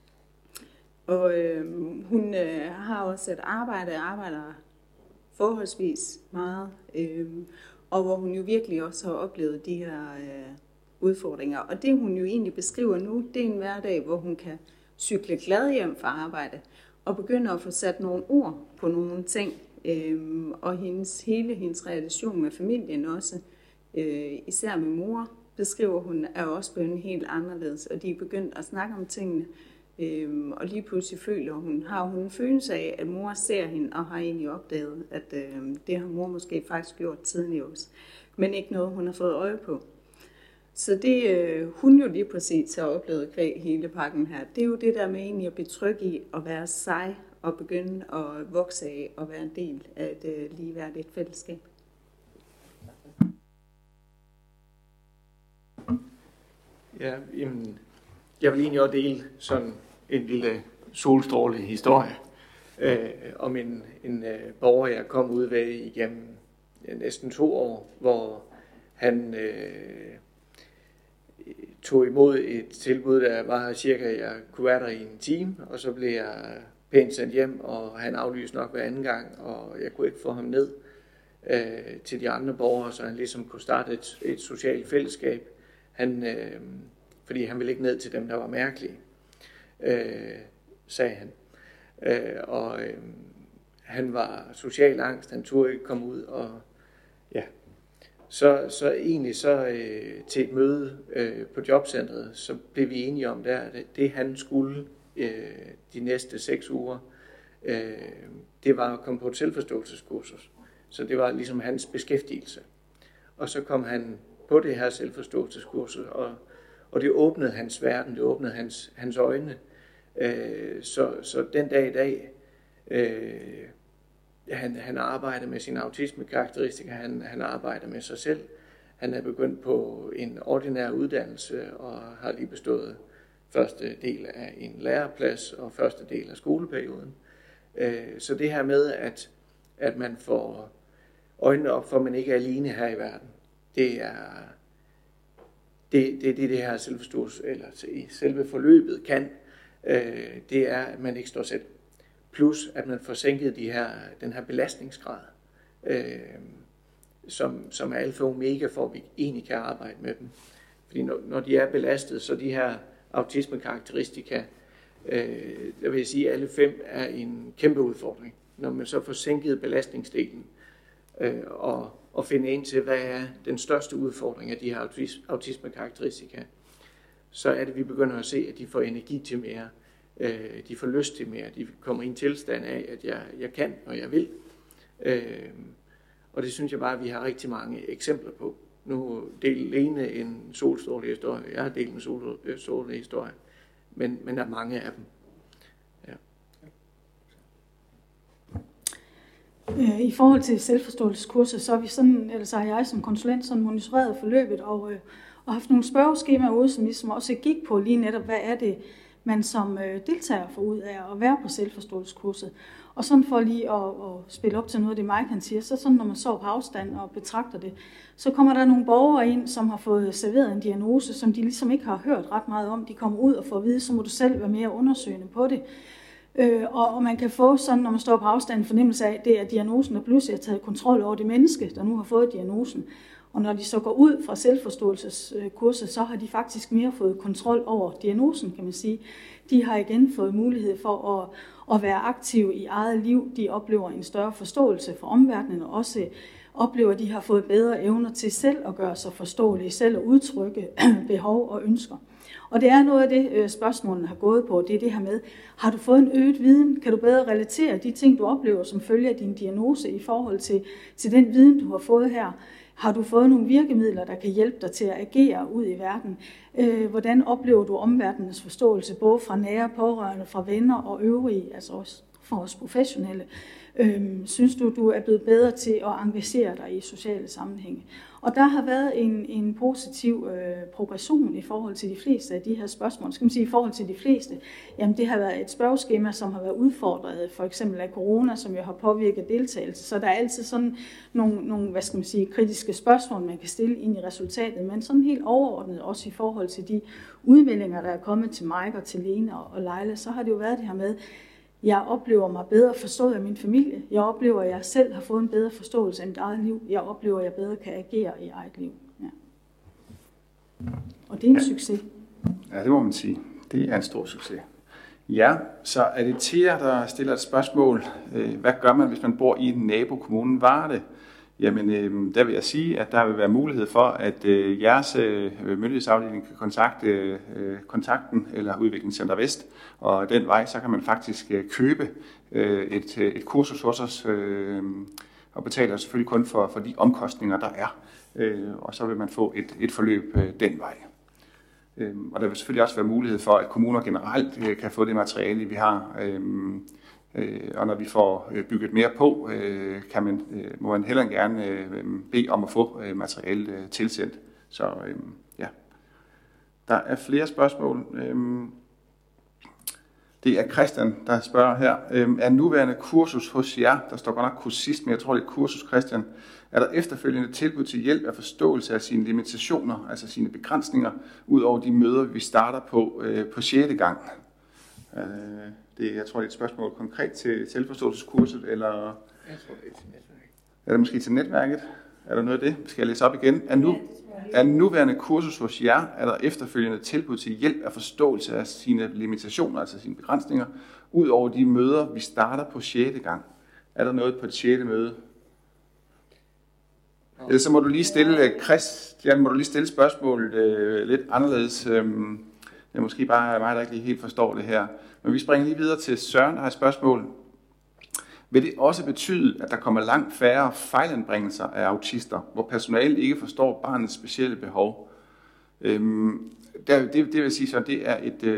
Og hun har også et arbejder forholdsvis meget, og hvor hun jo virkelig også har oplevet de her udfordringer. Og det hun jo egentlig beskriver nu, det er en hverdag, hvor hun kan cykle glad hjem fra arbejde, og begynde at få sat nogle ord på nogle ting, og hele hendes relation med familien også, især med mor, beskriver hun, er også blevet helt anderledes, og de er begyndt at snakke om tingene, og lige pludselig har hun en følelse af, at mor ser hende, og har egentlig opdaget, at det har mor måske faktisk gjort tidligere også, men ikke noget, hun har fået øje på. Så det hun jo lige præcis har oplevet kvæg hele pakken her, det er jo det der med egentlig at blive tryg i at være sig, og begynde at vokse af og være en del af et ligeværdigt fællesskab. Ja, jamen, jeg vil egentlig også dele sådan en lille solstråle historie om en borger, jeg kom ud ved igennem næsten 2 år, hvor han tog imod et tilbud, der var cirka, jeg kunne være der i en time, og så blev jeg pænt sendt hjem, og han aflyste nok hver anden gang, og jeg kunne ikke få ham ned til de andre borgere, så han ligesom kunne starte et socialt fællesskab. Fordi han ville ikke ned til dem, der var mærkelige, sagde han. Han var social angst, han turde ikke komme ud, og ja. Så egentlig til et møde på jobcentret, så blev vi enige om der, at det han skulle de næste 6 uger, det var at komme på et selvforståelseskursus. Så det var ligesom hans beskæftigelse. Og så kom han på det her selvforståelseskursus, og det åbnede hans verden, det åbnede hans øjne. Så den dag i dag, han arbejder med sine autismekarakteristika, han arbejder med sig selv. Han er begyndt på en ordinær uddannelse og har lige bestået første del af en læreplads og første del af skoleperioden. Så det her med, at man får øjnene op for, at man ikke er alene her i verden, det er det her selvforståelse, eller selve forløbet kan, det er, at man ikke står selv. Plus, at man får sænket den her belastningsgrad, som er alfa og omega, for at vi egentlig kan arbejde med dem. Fordi når de er belastet, så de her autismekarakteristika, jeg vil sige, at alle 5 er en kæmpe udfordring. Når man så får sænket belastningsdelen, og finde ind til, hvad er den største udfordring af de her autismekarakteristika, så er det, vi begynder at se, at de får energi til mere, de får lyst til mere, de kommer i en tilstand af, at jeg kan, og jeg vil. Og det synes jeg bare, at vi har rigtig mange eksempler på. Nu deler Lene en solstrålig historie, jeg har delt en solstrålig historie, men der er mange af dem. Ja. I forhold til selvforståelseskurser, så har jeg som konsulent sådan monitoreret forløbet og haft nogle spørgeskemaer ude, som ligesom også gik på lige netop, hvad er det, man som deltager får ud af at være på selvforståelseskurset. Og sådan for lige at spille op til noget af det, Mike han siger, så sådan når man så på afstand og betragter det, så kommer der nogle borgere ind, som har fået serveret en diagnose, som de ligesom ikke har hørt ret meget om. De kommer ud og får at vide, så må du selv være mere undersøgende på det. Og man kan få sådan, når man står på afstand, en fornemmelse af, at det er diagnosen, der pludselig har taget kontrol over det menneske, der nu har fået diagnosen. Og når de så går ud fra selvforståelseskurset, så har de faktisk mere fået kontrol over diagnosen, kan man sige. De har igen fået mulighed for at være aktive i eget liv. De oplever en større forståelse for omverdenen, og også oplever, at de har fået bedre evner til selv at gøre sig forståelige, selv at udtrykke behov og ønsker. Og det er noget af det, spørgsmålene har gået på, det er det her med, har du fået en øget viden? Kan du bedre relatere de ting, du oplever som følge af din diagnose i forhold til den viden, du har fået her? Har du fået nogle virkemidler, der kan hjælpe dig til at agere ud i verden? Hvordan oplever du omverdenens forståelse, både fra nære pårørende, fra venner og øvrige, altså også for os professionelle? Synes du er blevet bedre til at engagere dig i sociale sammenhænge? Og der har været en positiv progression i forhold til de fleste af de her spørgsmål. Skal man sige i forhold til de fleste? Jamen det har været et spørgeskema, som har været udfordret, for eksempel af corona, som jo har påvirket deltagelse. Så der er altid sådan nogle kritiske spørgsmål, man kan stille ind i resultatet, men sådan helt overordnet også i forhold til de udmeldinger, der er kommet til Mike og til Lene og Leila, så har det jo været det her med, jeg oplever mig bedre forstået af min familie. Jeg oplever, at jeg selv har fået en bedre forståelse af mit eget liv. Jeg oplever, at jeg bedre kan agere i eget liv. Ja. Og det er en succes. Ja, det må man sige. Det er en stor succes. Ja, så er det Thea, der stiller et spørgsmål. Hvad gør man, hvis man bor i nabokommunen Varde? Jamen, der vil jeg sige, at der vil være mulighed for, at jeres myndighedsafdeling kan kontakte kontakten eller Udviklingscenter Vest, og den vej, så kan man faktisk købe et kursus hos os, og betaler selvfølgelig kun for de omkostninger, der er, og så vil man få et forløb den vej. Og der vil selvfølgelig også være mulighed for, at kommuner generelt kan få det materiale, vi har. Og når vi får bygget mere på, må man heller gerne bede om at få materiale tilsendt. Så ja, der er flere spørgsmål. Det er Christian, der spørger her. Er nuværende kursus hos jer, der står godt nok kursist, men jeg tror det er kursus Christian, er der efterfølgende tilbud til hjælp af forståelse af sine limitationer, altså sine begrænsninger, ud over de møder, vi starter på 6. gang? Jeg tror, det er et spørgsmål konkret til selvforståelseskurset, eller Jeg tror, det er til netværket. Er det måske til netværket? Er der noget af det? Skal jeg læse op igen? Er nuværende kursus hos jer, er der efterfølgende tilbud til hjælp af forståelse af sine limitationer, altså sine begrænsninger, ud over de møder, vi starter på 6. gang? Er der noget på et 6. møde? Ellers så må du lige stille, Christian, spørgsmålet lidt anderledes. Det er måske bare mig, der ikke lige helt forstår det her. Men vi springer lige videre til Søren, der har et spørgsmål. Vil det også betyde, at der kommer langt færre fejlanbringelser af autister, hvor personalet ikke forstår barnets specielle behov? Det vil sige, at det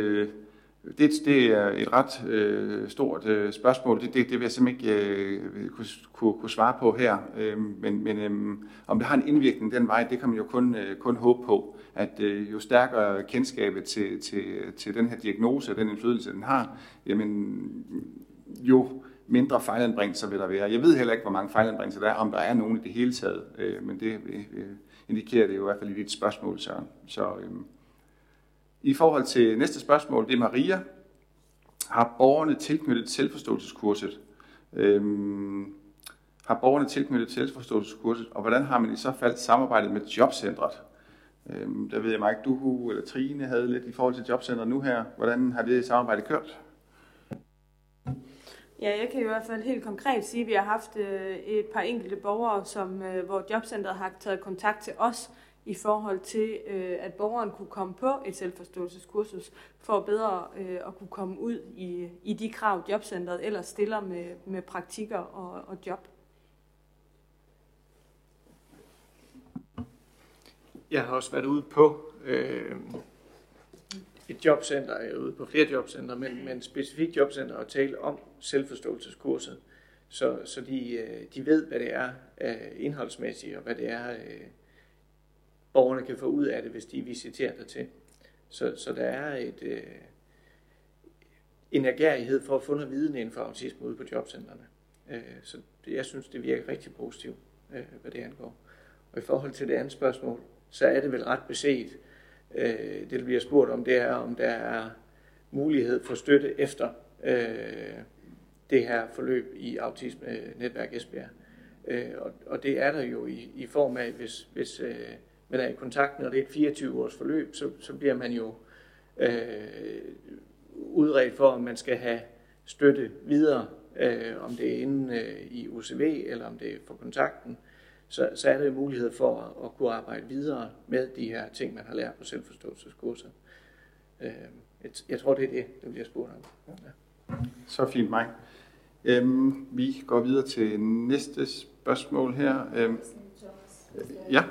er et ret stort spørgsmål. Det vil jeg simpelthen ikke kunne svare på her. Men om det har en indvirkning den vej, det kan man jo kun håbe på. At jo stærkere kendskabet til den her diagnose og den indflydelse, den har, jamen, jo mindre fejlanbringelser vil der være. Jeg ved heller ikke, hvor mange fejlanbringelser der er, om der er nogen i det hele taget. Men det indikerer det jo i hvert fald i dit spørgsmål, Søren. Så i forhold til næste spørgsmål, det er Maria. Har borgerne tilknyttet selvforståelseskurset? Og hvordan har man i så fald samarbejdet med jobcentret? Der ved jeg, Mike, du eller Trine havde lidt i forhold til jobcentret nu her. Hvordan har det samarbejde kørt? Ja, jeg kan i hvert fald helt konkret sige, at vi har haft et par enkelte borgere, hvor jobcentret har taget kontakt til os i forhold til, at borgeren kunne komme på et selvforståelseskursus for bedre at kunne komme ud i de krav, jobcentret ellers stiller med praktikker og job. Jeg har også været ude på et jobcenter, jeg er ude på flere jobcenter, men specifikt jobcenter og tale om selvforståelseskurset, så de ved, hvad det er indholdsmæssigt, og hvad det er, borgerne kan få ud af det, hvis de visiterer der til. Så der er en ærgerighed for at få noget viden inden for autisme ude på jobcentrene. Så jeg synes, det virker rigtig positivt, hvad det angår. Og i forhold til det andet spørgsmål, så er det vel ret beset. Det, der bliver spurgt om, det er, om der er mulighed for støtte efter det her forløb i Autisme Netværk Esbjerg. Og det er der jo i form af, hvis man er i kontakt, når det er et 24-års forløb, så bliver man jo udredt for, om man skal have støtte videre, om det er inde i UCV, eller om det er for kontakten. Så er der jo mulighed for at kunne arbejde videre med de her ting, man har lært på selvforståelseskurset. Jeg tror, det er det, der bliver spurgt om. Ja. Så fint, Mike. Vi går videre til næste spørgsmål her. Ja.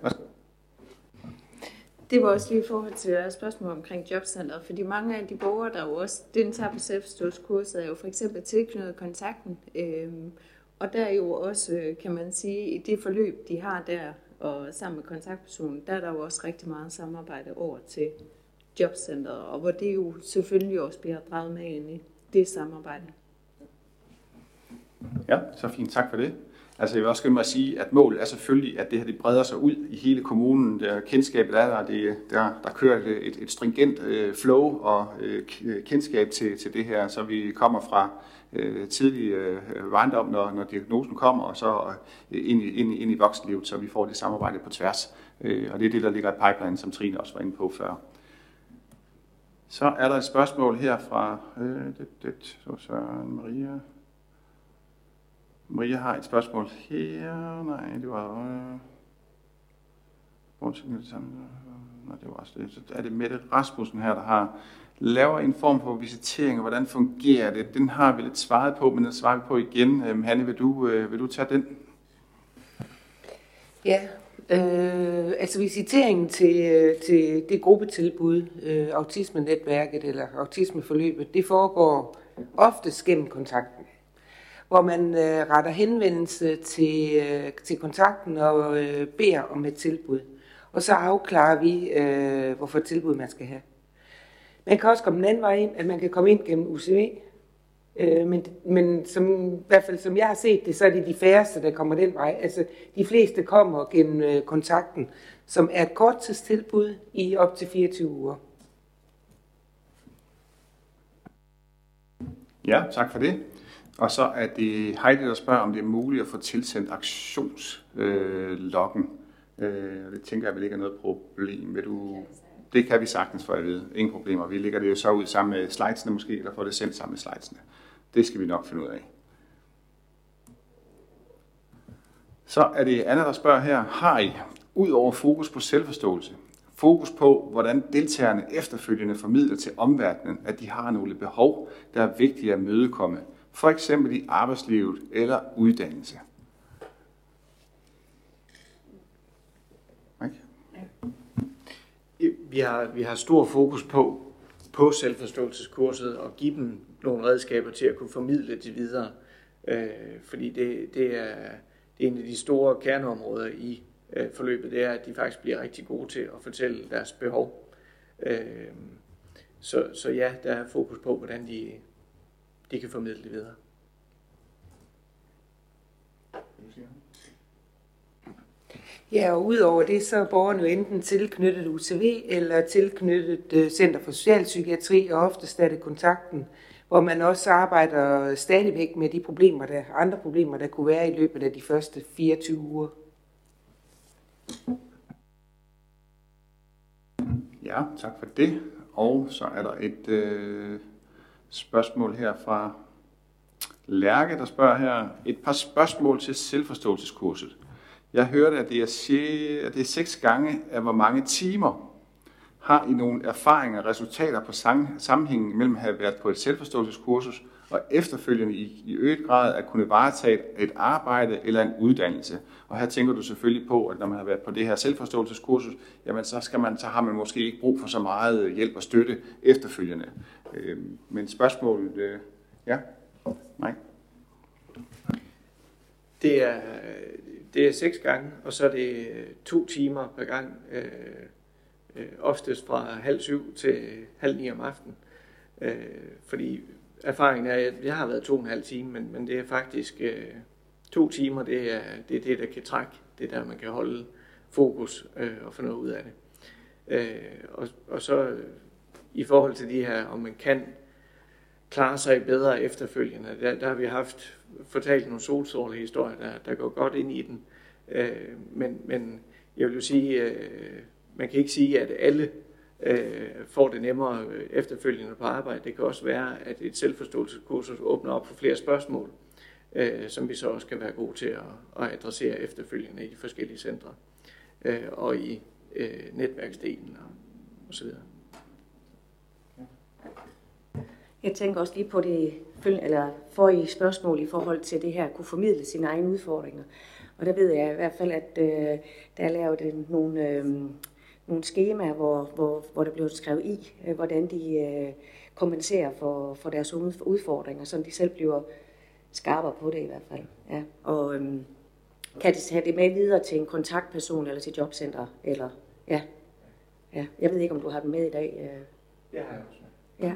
Det var også lige i forhold til spørgsmål omkring jobcentret, fordi mange af de borgere, der jo også deltager på selvforståelseskurset, er jo for eksempel tilknyttet kontakten. Og der er jo også, kan man sige, i det forløb, de har der, og sammen med kontaktpersonen, der er der jo også rigtig meget samarbejde over til jobcentret, og hvor det jo selvfølgelig også bliver draget med ind i det samarbejde. Ja, så fint. Tak for det. Altså jeg vil også skynde mig at sige, at målet er selvfølgelig, at det her det breder sig ud i hele kommunen. Der kendskabet er der kører et stringent flow og kendskab til det her, så vi kommer fra tidlig barndom, når diagnosen kommer, og så ind i voksenlivet, så vi får det samarbejde på tværs. Og det er det, der ligger i pipeline, som Trine også var inde på før. Så er der et spørgsmål her fra Søren Maria. Maria har et spørgsmål her. Nej, det var... det var også det. Så er det Mette Rasmussen her, der har laver en form for visitering, og hvordan fungerer det? Den har vi lidt svaret på, men den svarer vi på igen. Hanne, vil du tage den? Ja, altså visiteringen til det gruppetilbud, autismenetværket eller autismeforløbet, det foregår oftest gennem kontakten, hvor man retter henvendelse til kontakten og beder om et tilbud. Og så afklarer vi, hvorfor tilbud man skal have. Man kan også komme den anden vej ind, at man kan komme ind gennem UCV. Men som, i hvert fald som jeg har set det, så er det de færreste, der kommer den vej. Altså de fleste kommer gennem kontakten, som er et korttidstilbud i op til 24 uger. Ja, tak for det. Og så er det Heidi, der spørger, om det er muligt at få tilsendt aktionsloggen. Det tænker jeg vel ikke er noget problem. Det kan vi sagtens få at vide. Ingen problemer. Vi lægger det jo så ud sammen med slidesene måske, eller får det sendt sammen med slidesene. Det skal vi nok finde ud af. Så er det Anna, der spørger her. Har I, ud over fokus på selvforståelse, fokus på, hvordan deltagerne efterfølgende formidler til omverdenen, at de har nogle behov, der er vigtige at mødekomme, for eksempel i arbejdslivet eller uddannelse? Vi har stor fokus på selvforståelseskurset og give dem nogle redskaber til at kunne formidle det videre. Fordi det er en af de store kerneområder i forløbet, det er, at de faktisk bliver rigtig gode til at fortælle deres behov. Så ja, der er fokus på, hvordan de kan formidle det videre. Ja, og udover det, så er borgerne jo enten tilknyttet UCV eller tilknyttet Center for Socialpsykiatri, og oftest er det kontakten, hvor man også arbejder stadigvæk med de problemer, andre problemer, der kunne være i løbet af de første 24 uger. Ja, tak for det. Og så er der et spørgsmål her fra Lærke, der spørger her. Et par spørgsmål til selvforståelseskurset. Jeg hørte, at det er 6 gange af hvor mange timer. Har I nogle erfaringer og resultater på sammenhængen mellem at have været på et selvforståelseskursus og efterfølgende i øget grad at kunne varetage et arbejde eller en uddannelse? Og her tænker du selvfølgelig på, at når man har været på det her selvforståelseskursus, jamen så har man måske ikke brug for så meget hjælp og støtte efterfølgende. Men spørgsmålet, ja? Nej? Det er 6 gange, og så er det 2 timer per gang, oftest fra 6:30 til 8:30 om aftenen. Fordi erfaringen er, at jeg har været 2,5 timer, men det er faktisk 2 timer, det er det, der kan trække. Det er der, man kan holde fokus og få noget ud af det. Og så i forhold til de her, om man kan klare sig bedre efterfølgende, der har vi fortalt nogle solstrålehistorier, der går godt ind i den. Men jeg vil jo sige, man kan ikke sige, at alle får det nemmere efterfølgende på arbejde. Det kan også være, at et selvforståelseskursus åbner op for flere spørgsmål, som vi så også kan være gode til at adressere efterfølgende i de forskellige centre og i netværksdelen og så videre. Jeg tænker også lige på det forrige spørgsmål i forhold til det her at kunne formidle sine egne udfordringer. Og der ved jeg i hvert fald, at der er lavet nogle skemaer, hvor der bliver skrevet i, hvordan de kompenserer for deres udfordringer, så de selv bliver skarpere på det i hvert fald. Ja. Og kan de tage det med videre til en kontaktperson eller til jobcenter? Eller, ja. Jeg ved ikke, om du har den med i dag. Det har jeg også. Ja.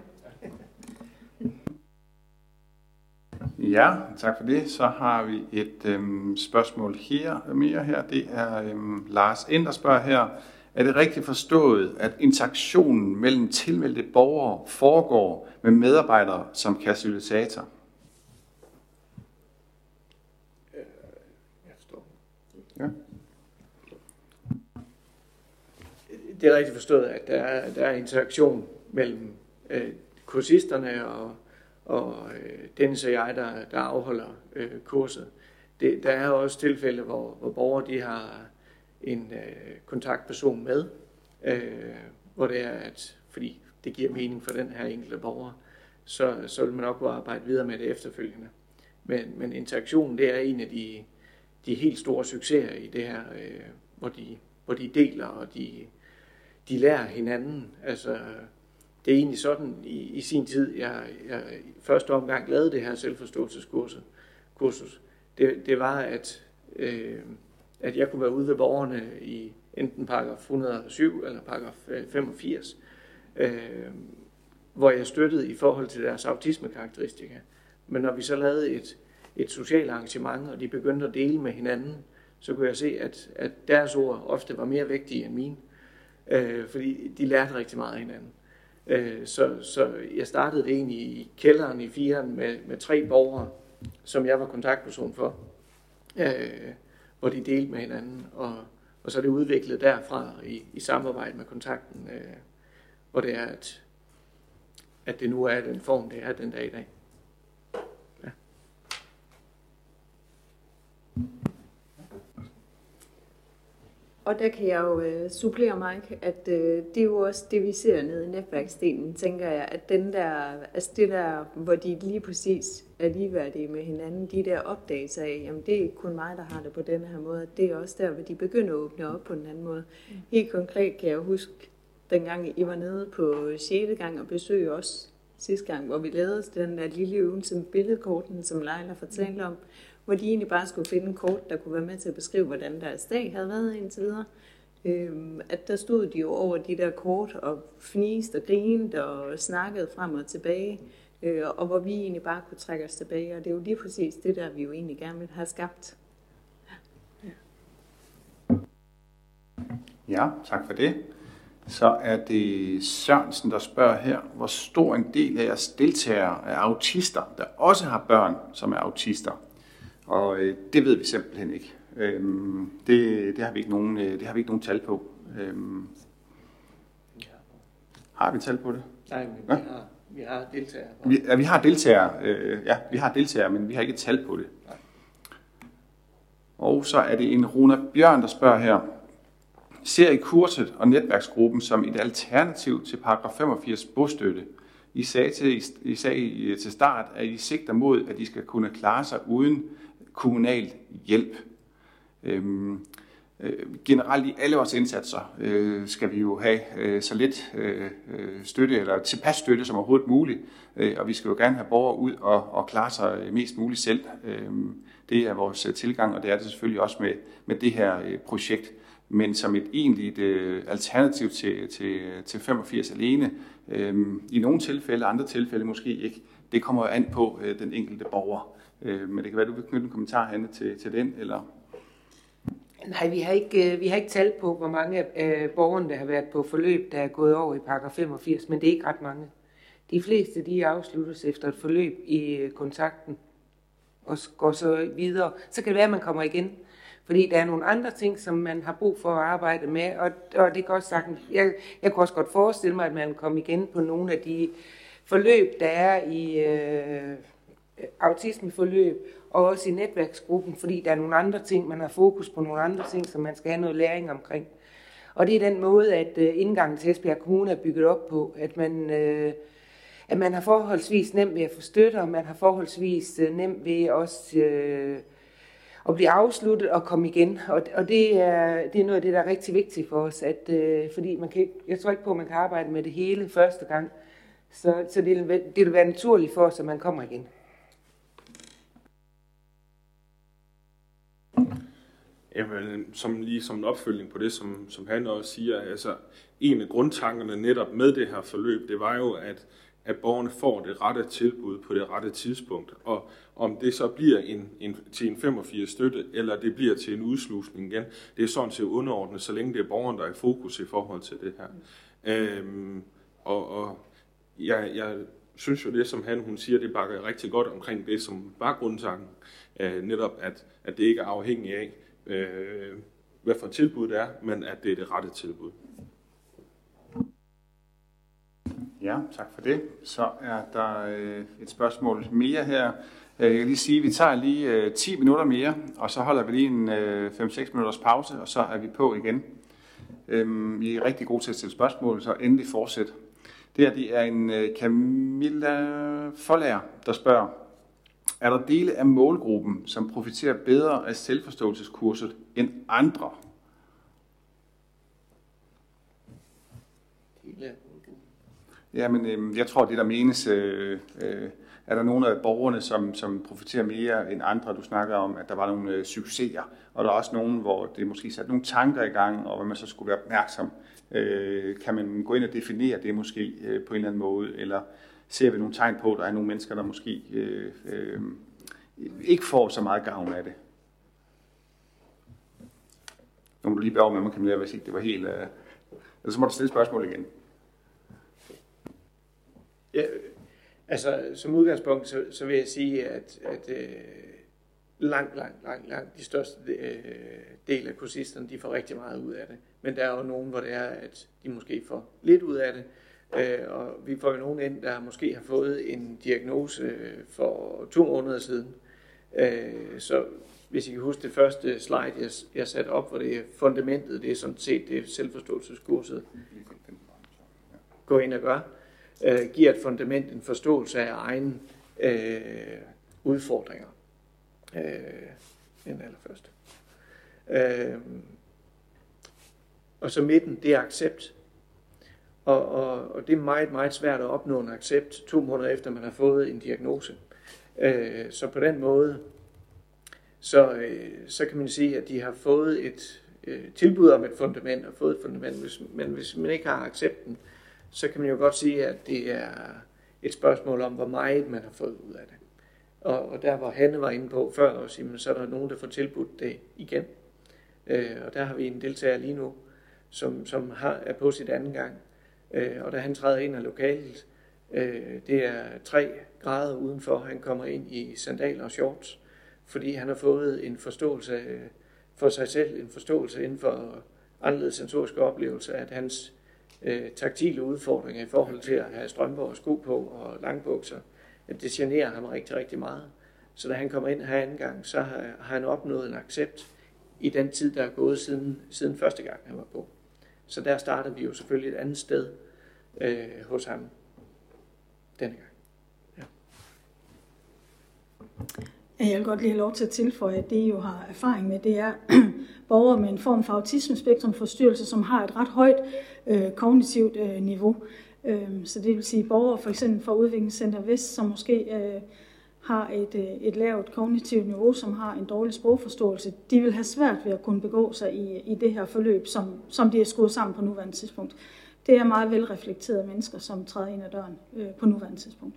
Ja, tak for det. Så har vi et spørgsmål mere her. Det er Lars End, der spørger her. Er det rigtigt forstået, at interaktionen mellem tilmeldte borgere foregår med medarbejdere som katalysator? Jeg forstår. Ja. Det er rigtigt forstået, at der er interaktion mellem kursisterne og Dennis og jeg, der afholder kurset. Der er også tilfælde, hvor borgere de har en kontaktperson med, hvor det er, at fordi det giver mening for den her enkelte borger, så vil man nok kunne arbejde videre med det efterfølgende. Men interaktionen, det er en af de helt store succeser i det her, hvor de deler og de lærer hinanden. Altså, det er egentlig sådan i sin tid, jeg første omgang lavede det her selvforståelseskursus. Det var, at jeg kunne være ude ved borgerne i enten paragraf 107 eller paragraf 85, hvor jeg støttede i forhold til deres autismekarakteristika. Men når vi så lavede et socialt arrangement, og de begyndte at dele med hinanden, så kunne jeg se, at deres ord ofte var mere vægtige end mine. Fordi de lærte rigtig meget af hinanden. Så jeg startede det egentlig i kælderen i 4'eren med 3 borgere, som jeg var kontaktperson for, hvor de delte med hinanden. Og så er det udviklet derfra i samarbejde med kontakten, hvor det er, at det nu er den form, det er den dag i dag. Ja. Og der kan jeg jo supplere, Mike, at det er jo også det, vi ser nede i netværksdelen, tænker jeg, at den der, altså det der, hvor de lige præcis er ligeværdige med hinanden, de der opdagelser af, jamen det er ikke kun mig, der har det på denne her måde, det er også der, hvor de begynder at åbne op på den anden måde. Helt konkret kan jeg huske, dengang I var nede på 6. gang og besøge os sidste gang, hvor vi lavede den der lille øvelse med billedkorten, som Leila fortalte om, hvor de egentlig bare skulle finde en kort, der kunne være med til at beskrive, hvordan deres dag havde været indtil videre. At der stod de jo over de der kort og fniste og grinede og snakkede frem og tilbage, og hvor vi egentlig bare kunne trække os tilbage. Og det er jo lige præcis det der, vi jo egentlig gerne vil have skabt. Ja, tak for det. Så er det Sørensen, der spørger her, hvor stor en del af jeres deltagere er autister, der også har børn, som er autister. Og det ved vi simpelthen ikke. Det har vi ikke nogen tal på. Har vi tal på det? Nej, men vi har deltagere. Vi har deltagere, men vi har ikke et tal på det. Nej. Og så er det en Runa Bjørn, der spørger her. Ser I kurset og netværksgruppen som et alternativ til paragraf 85 bostøtte? I sagde til start, at I sigter mod, at de skal kunne klare sig uden kommunal hjælp. Generelt i alle vores indsatser skal vi jo have så lidt støtte eller tilpas støtte som overhovedet muligt, og vi skal jo gerne have borgere ud og klare sig mest muligt selv. Det er vores tilgang, og det er det selvfølgelig også med det her projekt. Men som et egentligt alternativ til 85 alene, i nogle tilfælde, andre tilfælde måske ikke, det kommer jo an på den enkelte borger. Men det kan være, du vil knytte en kommentar, Hanne, til den, eller? Nej, vi har ikke tal på, hvor mange af borgerne, der har været på forløb, der er gået over i paragraf 85, men det er ikke ret mange. De fleste, de afsluttes efter et forløb i kontakten, og går så videre. Så kan det være, at man kommer igen, fordi der er nogle andre ting, som man har brug for at arbejde med, og det kan også sagtens, jeg kunne også godt forestille mig, at man kommer igen på nogle af de forløb, der er i autismeforløb, og også i netværksgruppen, fordi der er nogle andre ting, man har fokus på nogle andre ting, som man skal have noget læring omkring. Og det er den måde, at indgangen til Esbjerg Kommune er bygget op på, at man har forholdsvis nemt ved at få støtte, og man har forholdsvis nemt ved også at blive afsluttet og komme igen. Og det er noget af det, der er rigtig vigtigt for os, fordi jeg tror ikke på, at man kan arbejde med det hele første gang, så det vil være naturligt for os, at man kommer igen. Jamen, som en opfølgning på det, som han også siger, altså en af grundtankerne netop med det her forløb, det var jo, at borgerne får det rette tilbud på det rette tidspunkt. Og om det så bliver til en 85 støtte, eller det bliver til en udslusning igen, det er sådan set underordnet, så længe det er borgeren, der er i fokus i forhold til det her. Jeg synes jo det, som hun siger, det bakker rigtig godt omkring det, som var grundtanken. Netop, at det ikke er afhængigt af, hvad for tilbud det er, men at det er det rette tilbud. Ja, tak for det. Så er der et spørgsmål mere her. Jeg kan lige sige, at vi tager lige 10 minutter mere, og så holder vi lige en 5-6 minutters pause, og så er vi på igen. I er rigtig gode til at stille spørgsmål, så endelig fortsæt. Det er en Camilla Forlager, der spørger, er der dele af målgruppen, som profiterer bedre af selvforståelseskurset end andre? Jamen, jeg tror, det der menes, er der nogle af borgerne, som profiterer mere end andre. Du snakker om, at der var nogle succeser, og der er også nogle, hvor det måske satte nogle tanker i gang, og hvad man så skulle være opmærksom Kan man gå ind og definere det måske på en eller anden måde, eller ser vi nogle tegn på, at der er nogle mennesker, der måske ikke får så meget gavn af det? Nu må du lige bære med, man kan lære, hvis ikke det var helt... Eller så må du stille spørgsmål igen. Ja, altså som udgangspunkt, så vil jeg sige, at langt de største del af kursisterne, de får rigtig meget ud af det. Men der er jo nogen, hvor det er, at de måske får lidt ud af det. Og vi får jo nogen ind, der måske har fået en diagnose for 2 måneder siden. Så hvis I kan huske det første slide, jeg satte op, hvor det er fundamentet, det er sådan set det selvforståelseskurset. Gå ind og gør. Giver et fundament, en forståelse af egen udfordringer. Den allerførste. Og så midten, det er accept. Og det er meget, meget svært at opnå en accept 2 måneder efter, man har fået en diagnose. Så på den måde, så kan man sige, at de har fået et tilbud om et fundament, og fået et fundament, men hvis man ikke har accepten, så kan man jo godt sige, at det er et spørgsmål om, hvor meget man har fået ud af det. Og der, hvor Hanne var inde på før, og sige, så er der nogen, der får tilbudt det igen. Og der har vi en deltager lige nu, som er på sit anden gang. Og da han træder ind af lokalet, det er 3 grader udenfor, han kommer ind i sandaler og shorts, fordi han har fået en forståelse for sig selv, en forståelse inden for anderledes sensoriske oplevelser, at hans taktile udfordringer i forhold til at have strømper og sko på og langbukser, at det generer ham rigtig, rigtig meget. Så da han kommer ind her anden gang, så har han opnået en accept i den tid, der er gået siden første gang, han var på. Så der starter vi jo selvfølgelig et andet sted hos ham denne gang. Ja. Jeg vil godt lige have lov til at tilføje, at det I jo har erfaring med, det er borgere med en form for autismespektrumforstyrrelse, som har et ret højt kognitivt niveau. Så det vil sige borgere for eksempel fra Udviklingscenter Vest, som måske har et lavt kognitivt niveau, som har en dårlig sprogforståelse, de vil have svært ved at kunne begå sig i det her forløb, som de er skruet sammen på nuværende tidspunkt. Det er meget velreflekterede mennesker, som træder ind ad døren på nuværende tidspunkt.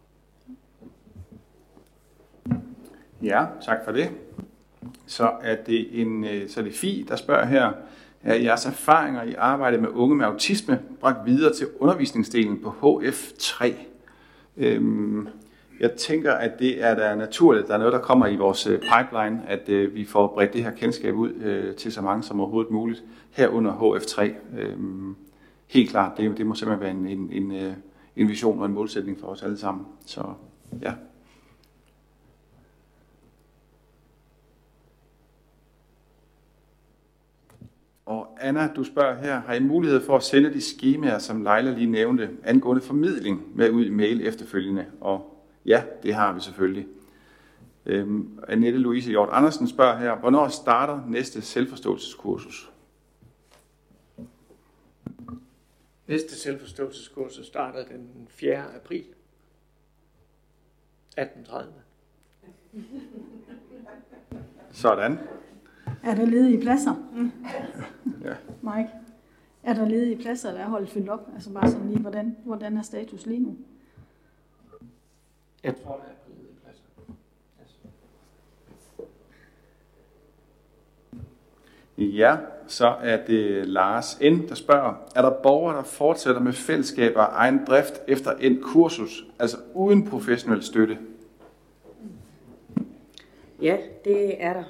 Ja, tak for det. Så er det Fie, der spørger her, er jeres erfaringer i arbejdet med unge med autisme bragt videre til undervisningsdelen på HF3? Jeg tænker, at det er da naturligt, der er noget, der kommer i vores pipeline, at vi får bredt det her kendskab ud til så mange som overhovedet muligt herunder HF3. Helt klart, det må simpelthen være en vision og en målsætning for os alle sammen. Så ja. Og Anna, du spørger her, har I mulighed for at sende de skemaer, som Leila lige nævnte, angående formidling med ud i mail efterfølgende? Og ja, det har vi selvfølgelig. Annette Louise Hjort Andersen spørger her, hvornår starter næste selvforståelseskursus? Næste selvforståelseskursus starter den 4. april 18:30. Sådan. Er der ledige pladser? Ja. Mike, er der ledige pladser, eller er holdet fyldt op? Altså bare sådan lige, hvordan er status lige nu? Jeg tror, der er ledige pladser. Ja, så er det Lars N., der spørger, er der borgere, der fortsætter med fællesskaber og egen drift efter en kursus, altså uden professionel støtte? Ja, det er der.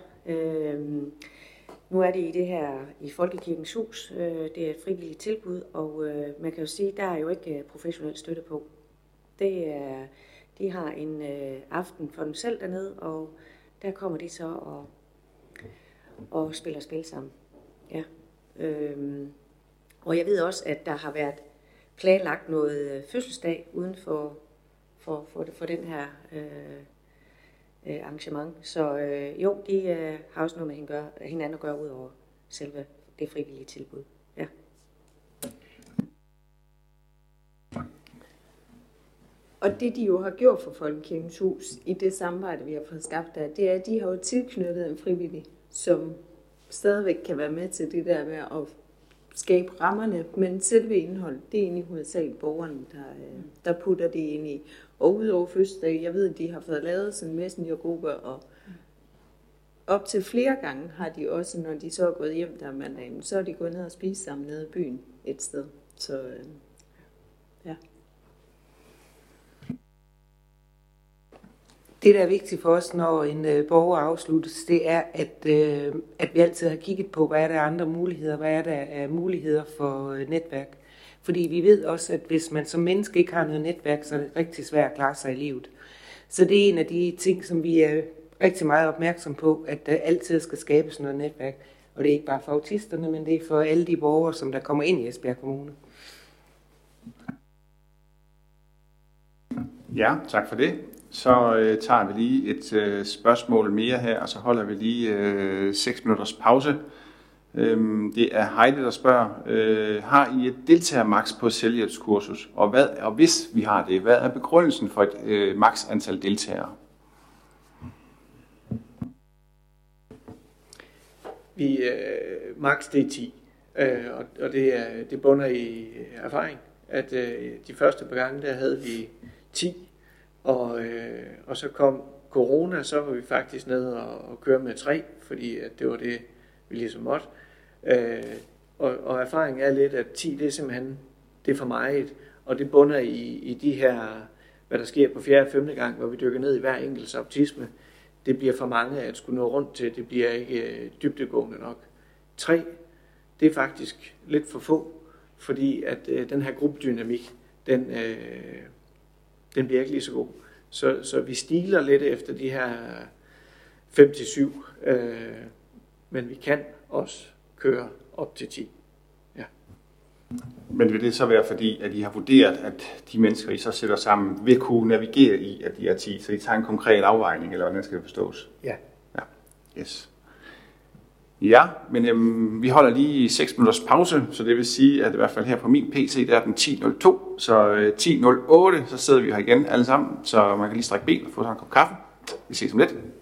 Nu er det i det her i Folkekirkens Hus. Det er et frivilligt tilbud, og man kan jo sige, der er jo ikke professionel støtte på. De har en aften for dem selv dernede, og der kommer de så og spiller spil sammen. Ja. Og jeg ved også, at der har været planlagt noget fødselsdag uden for den her arrangement. Så jo, de har også noget med hinanden at gøre ud over selve det frivillige tilbud. Ja. Og det de jo har gjort for Folkekirkens Hus i det samarbejde, vi har fået skabt der, det er, at de har jo tilknyttet en frivillig, som stadigvæk kan være med til det der med at skabe rammerne, men selve indholdet, det er egentlig hovedsageligt borgerne, der putter det ind i. Og udover fødselsdag, jeg ved, at de har fået lavet sådan en messengergruppe, og op til flere gange har de også, når de så er gået hjem der mandag, så er de gået ned og spist sammen nede i byen et sted. Så ja. Det, der er vigtigt for os, når en borger afsluttes, det er, at vi altid har kigget på, hvad er der andre muligheder, hvad er der af muligheder for netværk. Fordi vi ved også, at hvis man som menneske ikke har noget netværk, så er det rigtig svært at klare sig i livet. Så det er en af de ting, som vi er rigtig meget opmærksom på, at der altid skal skabes noget netværk. Og det er ikke bare for autisterne, men det er for alle de borgere, som der kommer ind i Esbjerg Kommune. Ja, tak for det. Så tager vi lige et spørgsmål mere her, og så holder vi lige 6 minutters pause. Det er Heidi, der spørger, har I et deltagermaks på selvhjælpskursus? Og hvis vi har det, hvad er begrundelsen for et maks antal deltagere? Vi maks det er 10, og det bunder i erfaring, at de første par gange, der havde vi 10, og så kom corona, så var vi faktisk nede og køre med 3, fordi at det var det, vi ligesom måtte. Og erfaringen er lidt, at 10, det er simpelthen, det er for meget, og det bunder i de her, hvad der sker på 4. og 5. gang, hvor vi dykker ned i hver enkelt autisme. Det bliver for mange at skulle nå rundt til, det bliver ikke dybdegående nok. 3, det er faktisk lidt for få, fordi at den her gruppedynamik, den bliver ikke lige så god. Så vi stiler lidt efter de her 5-7, men vi kan også køre op til 10. Ja. Men vil det så være fordi, at I har vurderet, at de mennesker, I så sætter sammen, vil kunne navigere i, at de er 10, så I tager en konkret afvejning, eller hvordan skal det forstås? Ja. Ja, yes. Ja, men vi holder lige 6 minutters pause, så det vil sige, at i hvert fald her på min PC, der er den 10.02, så 10.08, så sidder vi her igen alle sammen, så man kan lige strække ben og få sig en kop kaffe. Vi ses om lidt.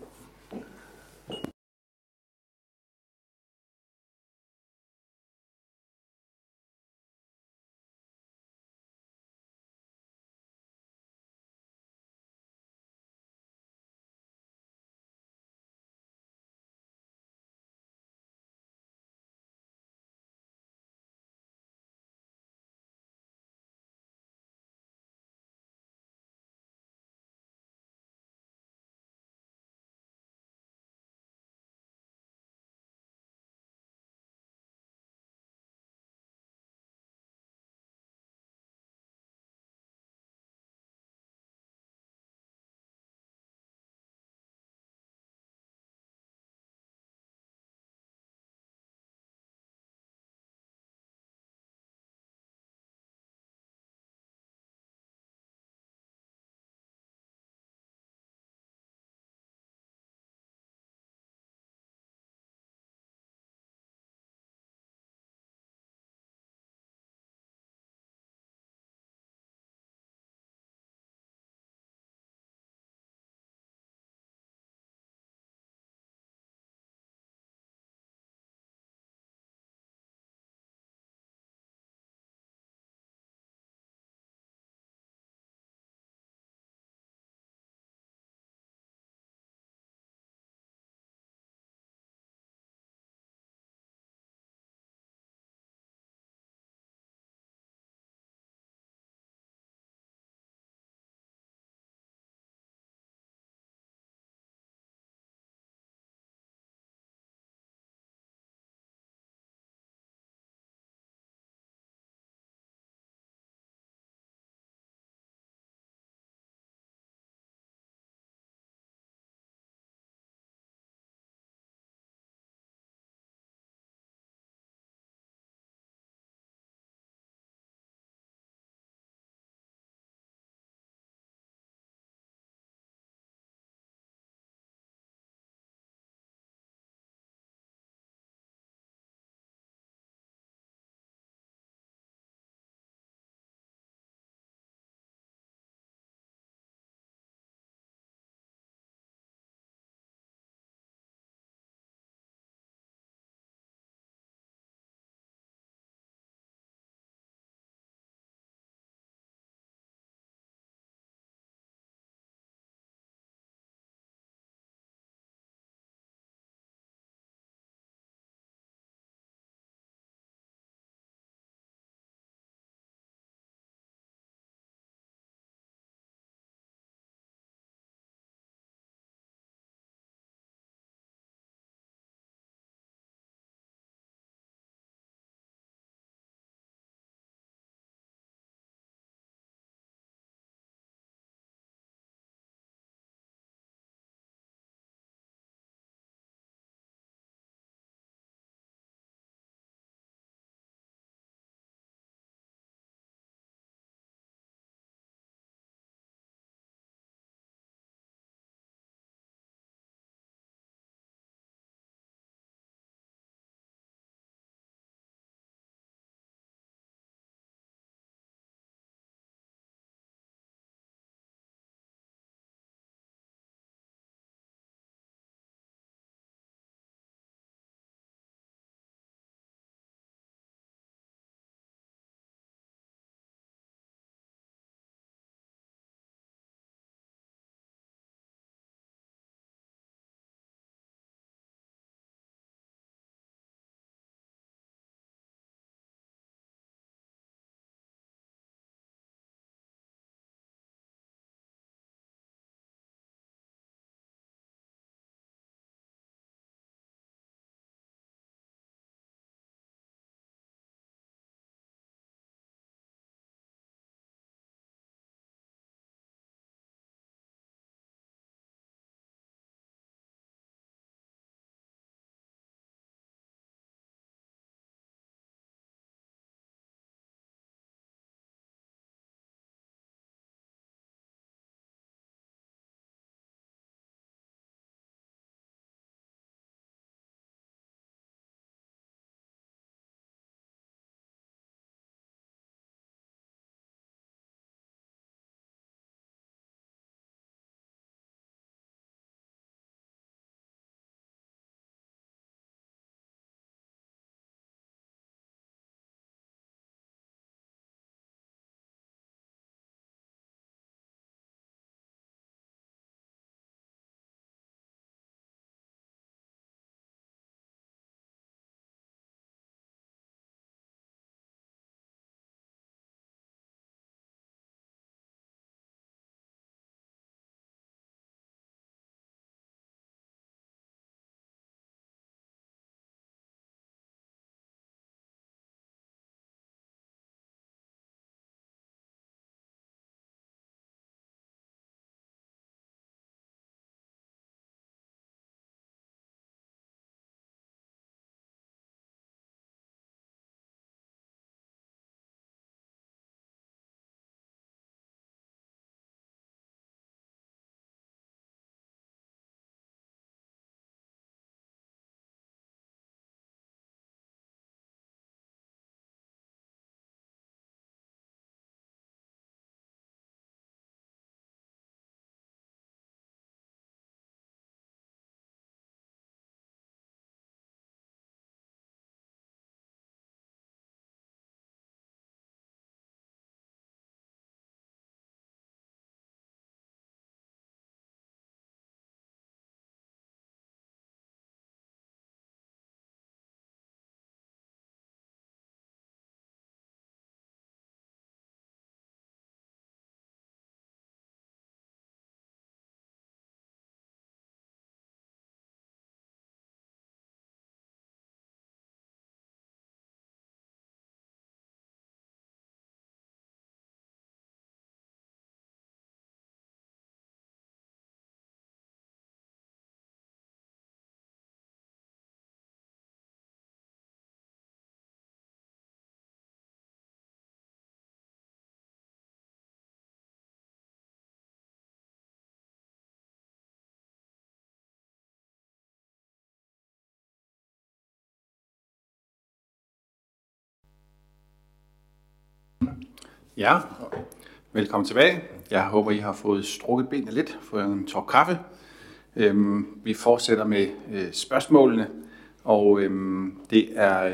Ja, velkommen tilbage. Jeg håber, I har fået strukket benene lidt, fået en tår kaffe. Vi fortsætter med spørgsmålene, og det er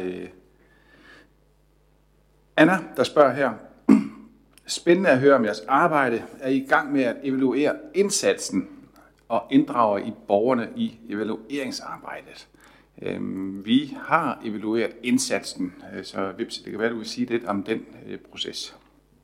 Anna, der spørger her. Spændende at høre om jeres arbejde. Er I i gang med at evaluere indsatsen og inddrager I borgerne i evalueringsarbejdet? Vi har evalueret indsatsen, så Vibse, det kan være, du vil sige lidt om den proces.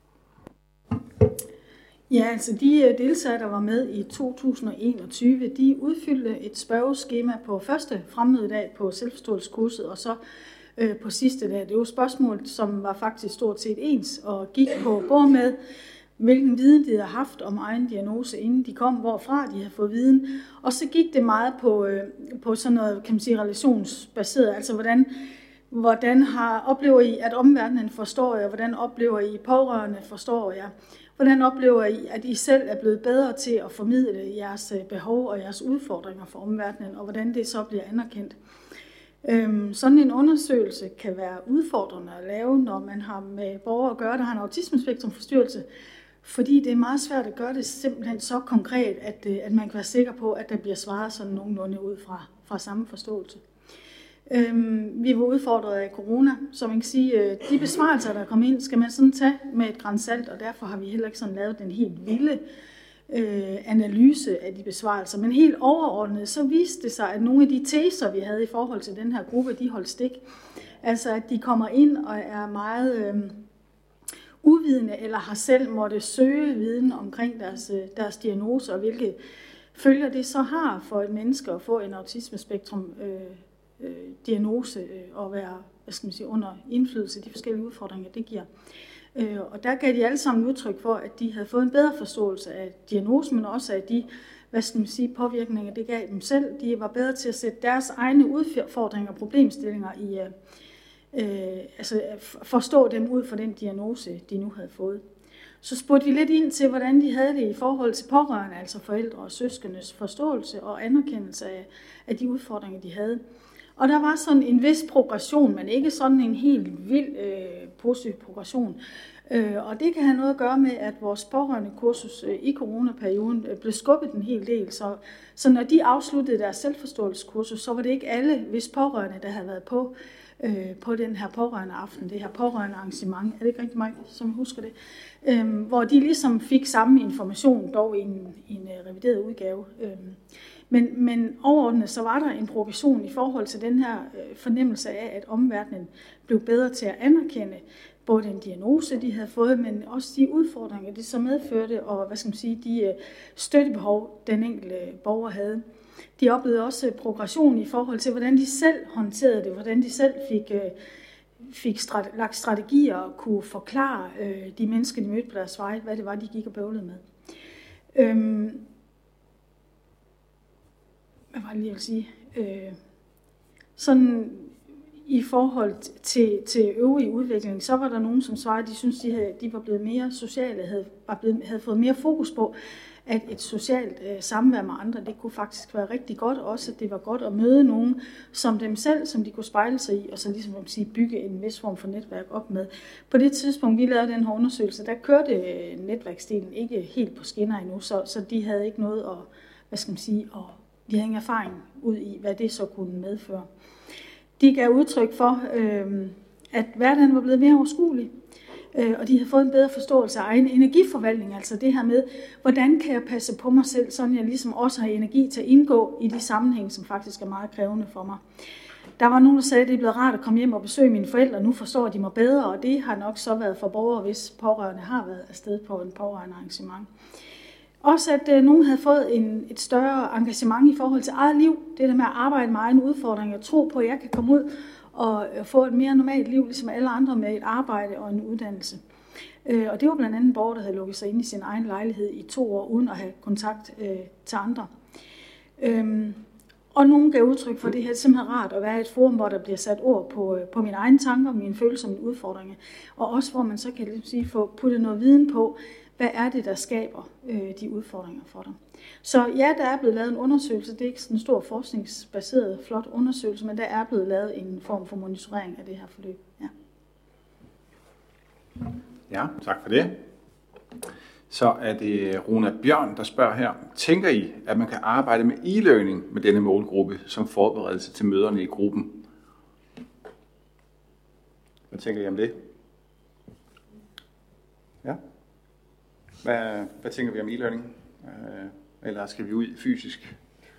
Ja, altså de deltagere, der var med i 2021, de udfyldte et spørgeskema på første fremmødedag på selvforståelseskurset, og så på sidste dag. Det var spørgsmål, som var faktisk stort set ens, og gik på både med, hvilken viden de havde haft om egen diagnose, inden de kom, hvorfra de havde fået viden. Og så gik det meget på sådan noget, kan man sige, relationsbaseret, altså hvordan oplever I, at omverdenen forstår jer, hvordan oplever I, pårørende forstår jer, hvordan oplever I, at I selv er blevet bedre til at formidle jeres behov og jeres udfordringer for omverdenen, og hvordan det så bliver anerkendt. Sådan en undersøgelse kan være udfordrende at lave, når man har med borgere at gøre, der har en autismespektrumforstyrrelse, fordi det er meget svært at gøre det simpelthen så konkret, at man kan være sikker på, at der bliver svaret sådan nogenlunde ud fra samme forståelse. Vi var udfordret af corona, så man kan sige, de besvarelser, der kom ind, skal man sådan tage med et gran salt, og derfor har vi heller ikke sådan lavet den helt vilde analyse af de besvarelser. Men helt overordnet, så viste det sig, at nogle af de teser, vi havde i forhold til den her gruppe, de holdt stik. Altså, at de kommer ind og er meget uvidende, eller har selv måtte søge viden omkring deres diagnose, og hvilke følger det så har for et menneske at få en autismespektrum diagnose og være, under indflydelse af de forskellige udfordringer, det giver. Og der gav de alle sammen udtryk for, at de havde fået en bedre forståelse af diagnosen, men også af de påvirkninger, det gav dem selv. De var bedre til at sætte deres egne udfordringer og problemstillinger i, forstå dem ud fra den diagnose, de nu havde fået. Så spurgte vi lidt ind til, hvordan de havde det i forhold til pårørende, altså forældre og søskendes forståelse og anerkendelse af de udfordringer, de havde. Og der var sådan en vis progression, men ikke sådan en helt vild positiv progression. Og det kan have noget at gøre med, at vores pårørende kursus i coronaperioden blev skubbet en hel del. Så når de afsluttede deres selvforståelseskursus, så var det ikke alle, hvis pårørende, der havde været på den her pårørende aften, det her pårørende arrangement. Er det ikke rigtig mig, som husker det? Hvor de ligesom fik samme information, dog i en revideret udgave. Men overordnet så var der en progression i forhold til den her fornemmelse af, at omverdenen blev bedre til at anerkende både den diagnose, de havde fået, men også de udfordringer, det så medførte, og de støttebehov, den enkelte borger havde. De oplevede også progression i forhold til, hvordan de selv håndterede det, hvordan de selv fik lagt strategier og kunne forklare de mennesker, de mødte på deres vej, hvad det var, de gik og bøvlede med. Hvad var det lige, jeg vil sige? Sådan i forhold til øvrig udvikling, så var der nogen, som svarede, at de syntes, de var blevet mere sociale, havde fået mere fokus på, at et socialt samvær med andre, det kunne faktisk være rigtig godt, også at det var godt at møde nogen som dem selv, som de kunne spejle sig i, og så ligesom bygge en vis form for netværk op med. På det tidspunkt, vi lavede den her undersøgelse, der kørte netværksdelen ikke helt på skinner endnu, så de havde ikke noget at, de havde ingen erfaring ud i, hvad det så kunne medføre. De gav udtryk for, at hverdagen var blevet mere overskuelig, og de havde fået en bedre forståelse af egen energiforvaltning, altså det her med, hvordan kan jeg passe på mig selv, så jeg ligesom også har energi til at indgå i de sammenhæng, som faktisk er meget krævende for mig. Der var nogen, der sagde, at det er blevet rart at komme hjem og besøge mine forældre, nu forstår de mig bedre, og det har nok så været for borgere, hvis pårørende har været afsted på en pårørende arrangement. Også at nogen havde fået et større engagement i forhold til eget liv. Det der med at arbejde med egen udfordring og tro på, at jeg kan komme ud og få et mere normalt liv, ligesom alle andre med et arbejde og en uddannelse. Og det var blandt andet en borger, der havde lukket sig ind i sin egen lejlighed i 2 år, uden at have kontakt til andre. Og nogen gav udtryk for, det her simpelthen rart at være i et forum, hvor der bliver sat ord på mine egne tanker, mine følelser og mine udfordringer. Og også hvor man så kan få puttet noget viden på, hvad er det, der skaber de udfordringer for dig. Så ja, der er blevet lavet en undersøgelse. Det er ikke sådan en stor forskningsbaseret, flot undersøgelse, men der er blevet lavet en form for monitorering af det her forløb. Ja. Ja, tak for det. Så er det Runa Bjørn, der spørger her. Tænker I, at man kan arbejde med e-learning med denne målgruppe som forberedelse til møderne i gruppen? Hvad tænker I om det? Ja. Hvad tænker vi om e-learning? Eller skal vi ud fysisk?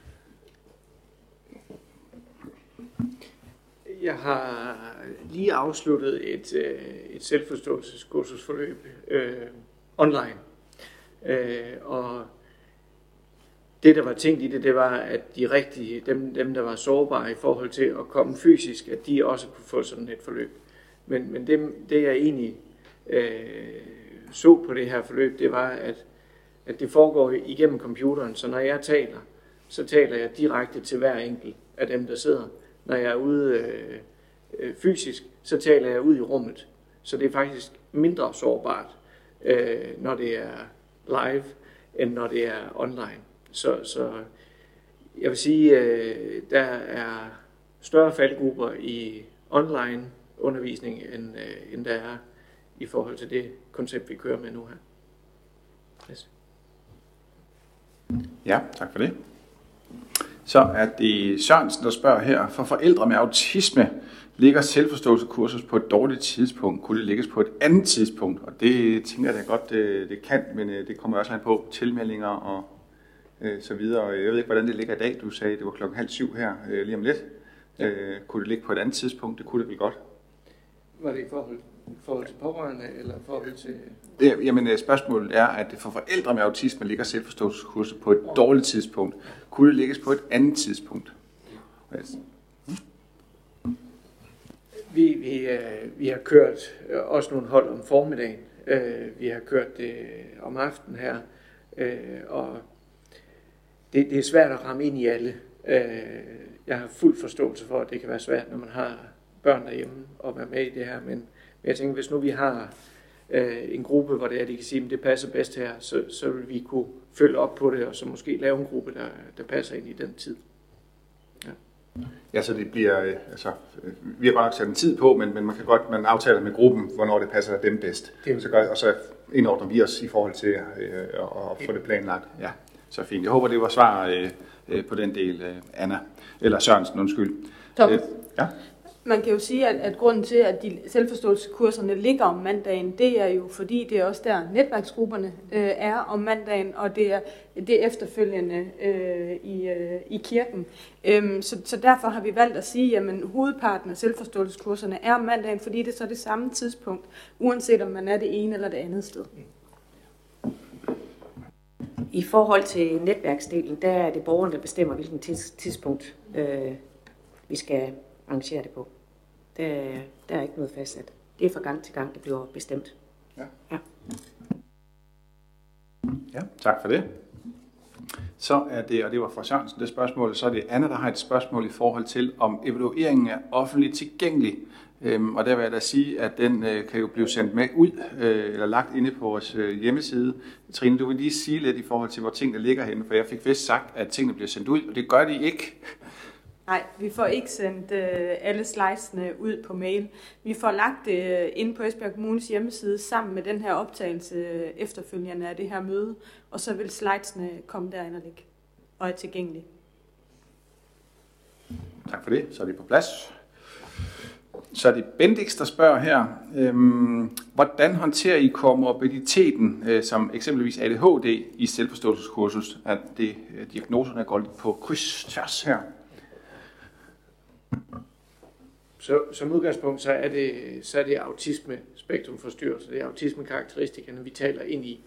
Jeg har lige afsluttet et selvforståelseskursusforløb online. Og det, der var tænkt i det, det var, at de rigtige, dem der var sårbare i forhold til at komme fysisk, at de også kunne få sådan et forløb. Men det jeg egentlig så på det her forløb, det var, at det foregår igennem computeren. Så når jeg taler, så taler jeg direkte til hver enkelt af dem, der sidder. Når jeg er ude fysisk, så taler jeg ud i rummet. Så det er faktisk mindre sårbart, når det er live, end når det er online. Så jeg vil sige, der er større faldgrupper i online undervisning, end der er i forhold til det koncept, vi kører med nu her. Yes. Ja, tak for det. Så er det Sørensen, der spørger her. For forældre med autisme ligger selvforståelseskursus på et dårligt tidspunkt. Kunne det lægges på et andet tidspunkt? Og det tænker jeg da godt, det kan, men det kommer også an på tilmeldinger og så videre. Jeg ved ikke, hvordan det ligger i dag. Du sagde, det var 6:30 her lige om lidt. Ja. Kunne det ligge på et andet tidspunkt? Det kunne det vel godt. Var det i forhold til pårørende, eller i forhold til... Jamen, spørgsmålet er, at for forældre med autisme ligger selvforståelseskurset på et dårligt tidspunkt. Kunne det lægges på et andet tidspunkt? Vi har kørt også nogle hold om formiddagen. Vi har kørt det om aftenen her. Og det er svært at ramme ind i alle. Jeg har fuld forståelse for, at det kan være svært, når man har børn derhjemme og være med i det her. Men jeg tænker, hvis nu vi har en gruppe, hvor det er, de kan sige, at det passer bedst her, så vil vi kunne følge op på det, og så måske lave en gruppe, der passer ind i den tid. Ja, så det bliver, vi har bare sat en tid på, men man aftaler med gruppen, hvornår det passer dem bedst. Og så indordner vi os i forhold til at få det planlagt. Ja, så fint. Jeg håber, det var svar på den del, Anna. Eller Sørensen, undskyld. Thomas, ja? Man kan jo sige, at grunden til, at de selvforståelseskurserne ligger om mandagen, det er jo fordi, det er også der netværksgrupperne er om mandagen, og det er det efterfølgende i kirken. Så derfor har vi valgt at sige, at hovedparten af selvforståelseskurserne er om mandagen, fordi det er så det samme tidspunkt, uanset om man er det ene eller det andet sted. I forhold til netværksdelen, der er det borgeren, der bestemmer, hvilken tidspunkt vi skal arrangere det på. Der er ikke noget fastsat. Det er fra gang til gang, det bliver bestemt. Ja. Ja, tak for det. Så er det, og det var fra Sørensen, det spørgsmål, så er det Anna, der har et spørgsmål i forhold til, om evalueringen er offentligt tilgængelig. Og der vil jeg da sige, at den kan jo blive sendt med ud, eller lagt inde på vores hjemmeside. Trine, du vil lige sige lidt i forhold til, hvor tingene ligger henne, for jeg fik vist sagt, at tingene bliver sendt ud, og det gør de ikke. Nej, vi får ikke sendt alle slidesene ud på mail. Vi får lagt det inde på Esbjerg Kommunes hjemmeside sammen med den her optagelse efterfølgende af det her møde, og så vil slidesene komme derind og ligge og er tilgængelige. Tak for det, så er det på plads. Så er det Bendix, der spørger her, hvordan håndterer I komorbiditeten, som eksempelvis ADHD i selvforståelseskursus, at diagnoserne går lidt på kryds-tværs her? Så som udgangspunkt, så er det autisme-spektrumforstyrrelse, det er autisme-karakteristikerne, vi taler ind i.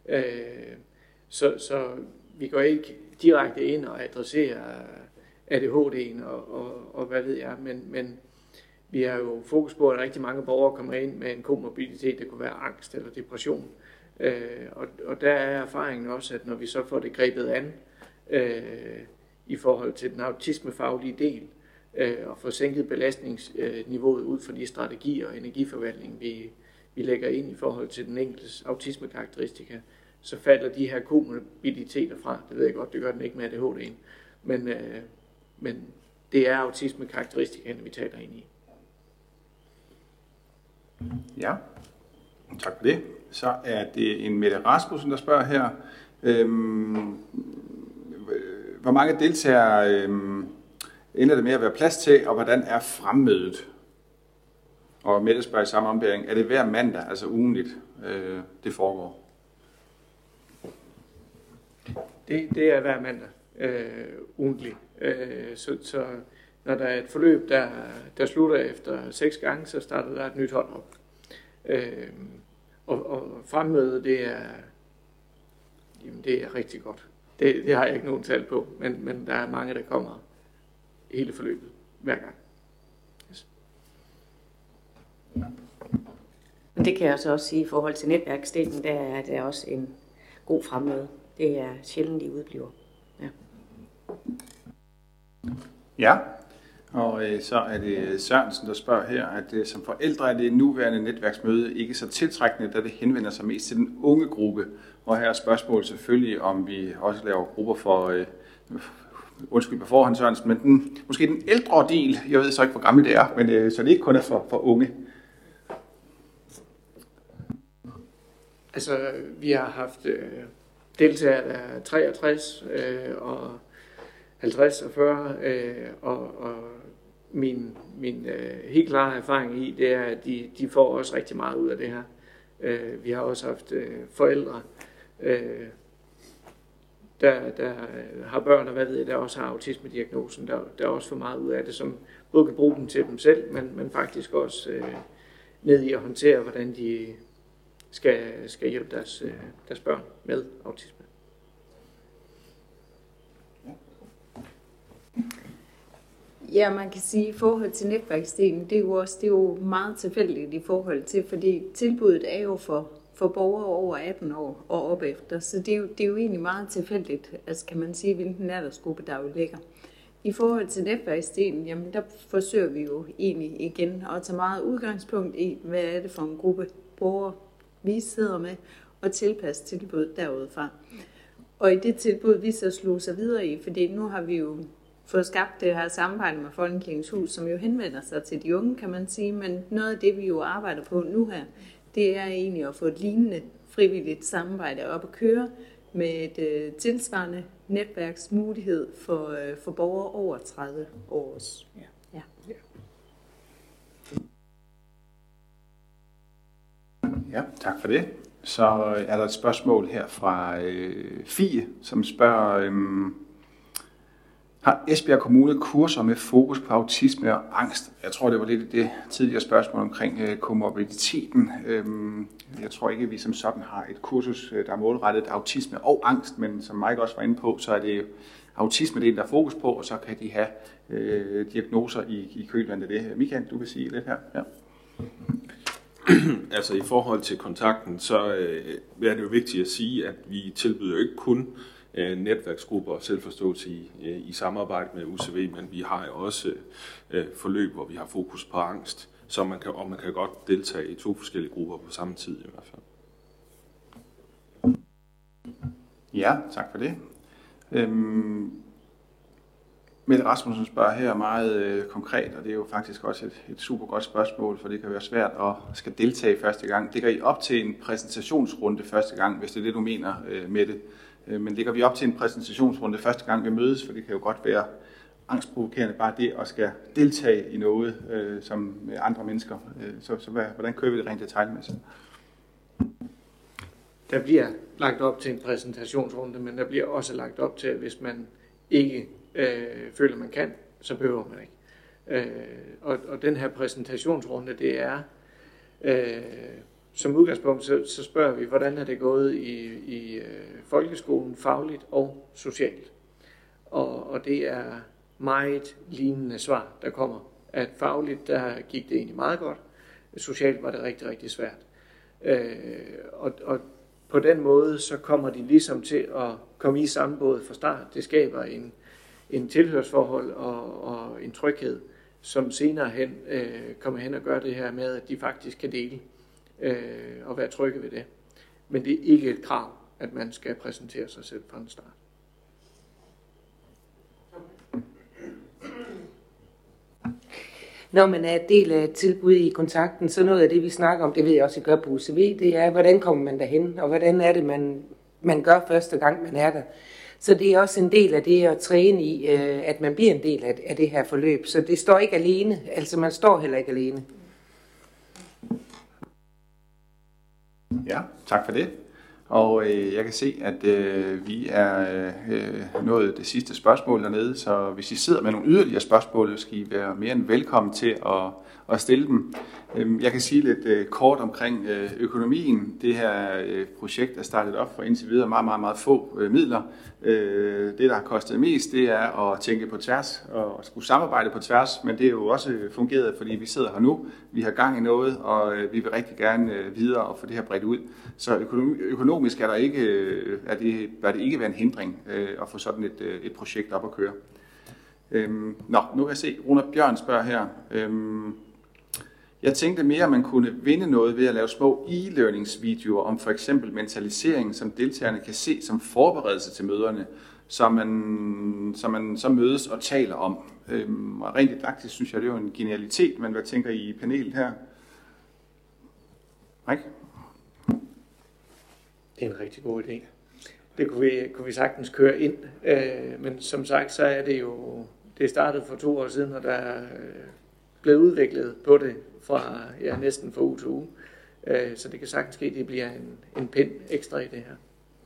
Så vi går ikke direkte ind og adresserer ADHD'en og hvad ved jeg, men vi har jo fokus på, at rigtig mange borgere kommer ind med en komorbiditet, det kunne være angst eller depression. Og der er erfaringen også, at når vi så får det grebet an i forhold til den autismefaglige del, og få sænket belastningsniveauet ud fra de strategier og energiforvaltning, vi lægger ind i forhold til den enkeltes autismekarakteristika, så falder de her komorbiditeter fra. Det ved jeg godt, det gør den ikke med ADHD'en, men det er autismekarakteristikerne, vi taler ind i. Ja. Tak for det. Så er det en Mette Rasmussen, der spørger her. Hvor mange deltagere ender det med at være plads til, og hvordan er fremmødet? Og Mette spørger i samme ombæring, er det hver mandag, altså ugenligt, det foregår? Det er hver mandag ugentligt. Så når der er et forløb, der slutter efter 6 gange, så starter der et nyt hold op. Og fremmødet, det er rigtig godt. Det har jeg ikke nogen tal på, men der er mange, der kommer hele forløbet hver gang. Yes. Men det kan jeg så også sige i forhold til netværksdelen, der er det også en god fremmøde. Det er sjældent, de udbliver. Ja. Ja, og så er det Sørensen, der spørger her, at som forældre er det nuværende netværksmøde ikke så tiltrækkende, da det henvender sig mest til den unge gruppe. Og her er spørgsmålet selvfølgelig, om vi også laver grupper for, undskyld på forhånd Sørensen, men måske den ældre del, jeg ved så ikke, hvor gammel det er, men så det ikke kun er for unge. Altså, vi har haft deltagere, der er 63 og 50 og 40, og min helt klare erfaring i, det er, at de får også rigtig meget ud af det her. Vi har også haft forældre, der har børn, og hvad ved jeg, der også har autisme-diagnosen, der også får meget ud af det, som både kan bruge dem til dem selv, men faktisk også ned i at håndtere, hvordan de skal hjælpe deres børn med autisme. Ja, man kan sige, at i forhold til netværksdelen, det er jo meget tilfældigt i forhold til, fordi tilbuddet er jo for borgere over 18 år og op efter, så det er jo egentlig meget tilfældigt, altså kan man sige, hvilken aldersgruppe der jo ligger. I forhold til netværksdelen, jamen der forsøger vi jo egentlig igen at tage meget udgangspunkt i, hvad er det for en gruppe borgere, vi sidder med, og tilpasse tilbuddet derudfra. Og i det tilbud, vi så slog sig videre i, fordi nu har vi jo fået skabt det her samarbejde med Folkekirkens Hus, som jo henvender sig til de unge, kan man sige, men noget af det, vi jo arbejder på nu her, det er egentlig at få et lignende frivilligt samarbejde op at køre med et tilsvarende netværksmulighed for borgere over 30 års. Ja. Ja, tak for det. Så er der et spørgsmål her fra Fie, som spørger, har Esbjerg Kommune kurser med fokus på autisme og angst? Jeg tror, det var lidt det tidligere spørgsmål omkring komorbiditeten. Jeg tror ikke, at vi som sådan har et kursus, der er målrettet autisme og angst, men som Mike også var inde på, så er det autisme-delen, der er fokus på, og så kan de have diagnoser i kølvandet af det. Michael, du vil sige lidt her? Ja. Altså i forhold til kontakten, så er det jo vigtigt at sige, at vi tilbyder ikke kun netværksgrupper og selvforståelse i samarbejde med UCV, men vi har jo også forløb, hvor vi har fokus på angst, så man kan godt deltage i 2 forskellige grupper på samme tid i hvert fald. Ja, tak for det. Mette Rasmussen spørger her meget konkret, og det er jo faktisk også et super godt spørgsmål, for det kan være svært at skal deltage første gang. Ligger I op til en præsentationsrunde første gang, hvis det er det, du mener, Mette? Men ligger vi op til en præsentationsrunde første gang vi mødes, for det kan jo godt være angstprovokerende bare det at skal deltage i noget som andre mennesker. Så hvordan kører vi det rent detaljmæssigt? Der bliver lagt op til en præsentationsrunde, men der bliver også lagt op til, at hvis man ikke føler, man kan, så behøver man ikke. Og den her præsentationsrunde, det er som udgangspunkt, så spørger vi, hvordan er det gået i folkeskolen fagligt og socialt. Og det er meget lignende svar, der kommer. At fagligt, der gik det egentlig meget godt. Socialt var det rigtig, rigtig svært. Og på den måde, så kommer de ligesom til at komme i samme båd fra start. Det skaber en tilhørsforhold og en tryghed, som senere hen kommer hen og gør det her med, at de faktisk kan dele og være trygge ved det. Men det er ikke et krav, at man skal præsentere sig selv fra en start. Når man er en del af et tilbud i kontakten, så noget af det, vi snakker om, det ved jeg også, I gør på UCV, det er, hvordan kommer man derhen, og hvordan er det, man gør første gang, man er der. Så det er også en del af det at træne i, at man bliver en del af det her forløb. Så det står ikke alene, altså man står heller ikke alene. Ja, tak for det. Og jeg kan se, at vi er nået det sidste spørgsmål dernede, så hvis I sidder med nogle yderligere spørgsmål, skal I være mere end velkommen til at stille dem. Jeg kan sige lidt kort omkring økonomien. Det her projekt er startet op for indtil videre meget få midler. Det, der har kostet mest, det er at tænke på tværs og skulle samarbejde på tværs, men det er jo også fungeret, fordi vi sidder her nu, vi har gang i noget, og vi vil rigtig gerne videre og få det her bredt ud. Så økonomisk er det ikke være en hindring at få sådan et projekt op at køre. Nu kan jeg se, Rune Bjørn spørger her. Jeg tænkte mere, at man kunne vinde noget ved at lave små e-learningsvideoer om for eksempel mentalisering, som deltagerne kan se som forberedelse til møderne, som man så mødes og taler om. Og rent didaktisk synes jeg, det er jo en genialitet, men hvad tænker I panelet her? Mike? Det er en rigtig god idé. Det kunne vi sagtens køre ind, men som sagt, så er det jo, det startede for 2 år siden, og der er blevet udviklet på det fra næsten fra uge til uge. Så det kan sagtens ske, at det bliver en pind ekstra i det her.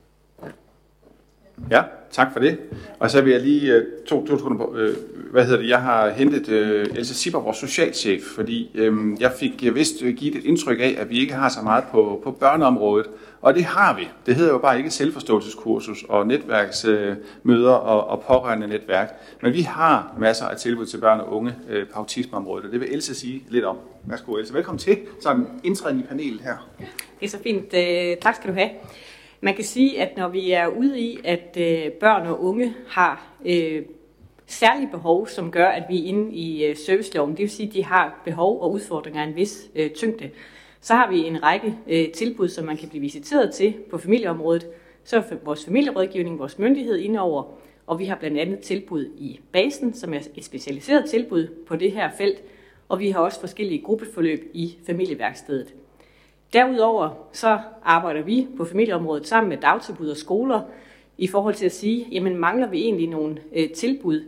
Ja, tak for det. Og så vil jeg lige to sekunder på, jeg har hentet Else Sipper, vores socialchef, fordi jeg fik vist givet et indtryk af, at vi ikke har så meget på børneområdet. Og det har vi. Det hedder jo bare ikke selvforståelseskursus og netværksmøder og pårørende netværk. Men vi har masser af tilbud til børn og unge på autismeområdet, og det vil Else sige lidt om. Værsgo, Else. Velkommen til sådan indtræden i panelet her. Det er så fint. Tak skal du have. Man kan sige, at når vi er ude i, at børn og unge har særlige behov, som gør, at vi er inde i serviceloven, det vil sige, at de har behov og udfordringer af en vis tyngde, så har vi en række tilbud, som man kan blive visiteret til på familieområdet. Så er vores familierådgivning, vores myndighed indover, og vi har blandt andet tilbud i basen, som er et specialiseret tilbud på det her felt, og vi har også forskellige gruppeforløb i familieværkstedet. Derudover så arbejder vi på familieområdet sammen med dagtilbud og skoler i forhold til at sige, jamen mangler vi egentlig nogle tilbud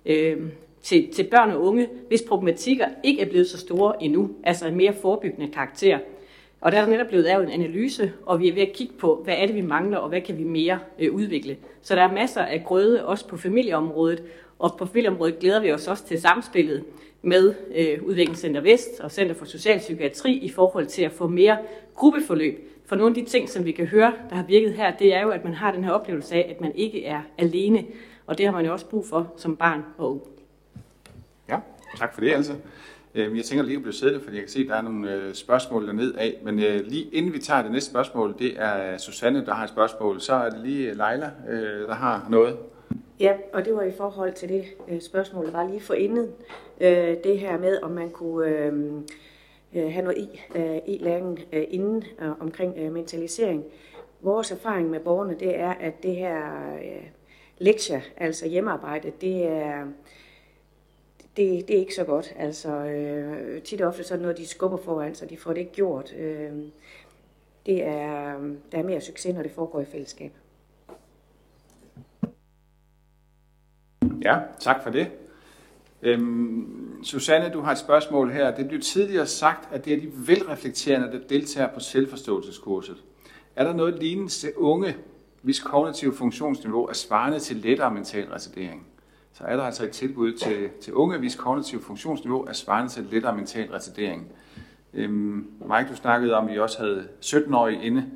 til børn og unge, hvis problematikker ikke er blevet så store endnu, altså en mere forebyggende karakter. Og der er netop blevet lavet en analyse, og vi er ved at kigge på, hvad er det, vi mangler, og hvad kan vi mere udvikle. Så der er masser af grøde også på familieområdet, og på familieområdet glæder vi os også til samspillet med Udviklingscenter Vest og Center for Socialpsykiatri i forhold til at få mere gruppeforløb. For nogle af de ting, som vi kan høre, der har virket her, det er jo, at man har den her oplevelse af, at man ikke er alene. Og det har man jo også brug for som barn og ung. Ja, tak for det altså. Jeg tænker lige at blive siddende, fordi jeg kan se, at der er nogle spørgsmål dernede af. Men lige inden vi tager det næste spørgsmål, det er Susanne, der har et spørgsmål. Så er det lige Leila, der har noget. Ja, og det var i forhold til det spørgsmål, der var lige forinden. Det her med, om man kunne have noget e-læring inden omkring mentalisering. Vores erfaring med borgerne, det er, at det her lektier, altså hjemmearbejde, det er ikke så godt. Altså tit og ofte så er det noget, de skubber foran, så de får det ikke gjort. Der er mere succes, når det foregår i fællesskab. Ja, tak for det. Susanne, du har et spørgsmål her. Det blev tidligere sagt, at det er de velreflekterende, der deltager på selvforståelseskurset. Er der noget lignende til unge, hvis kognitive funktionsniveau er svarende til lettere mental retardering? Så er der altså et tilbud til unge, hvis kognitive funktionsniveau er svarende til lettere mental retardering. Mike, du snakkede om, at vi også havde 17-årige inde.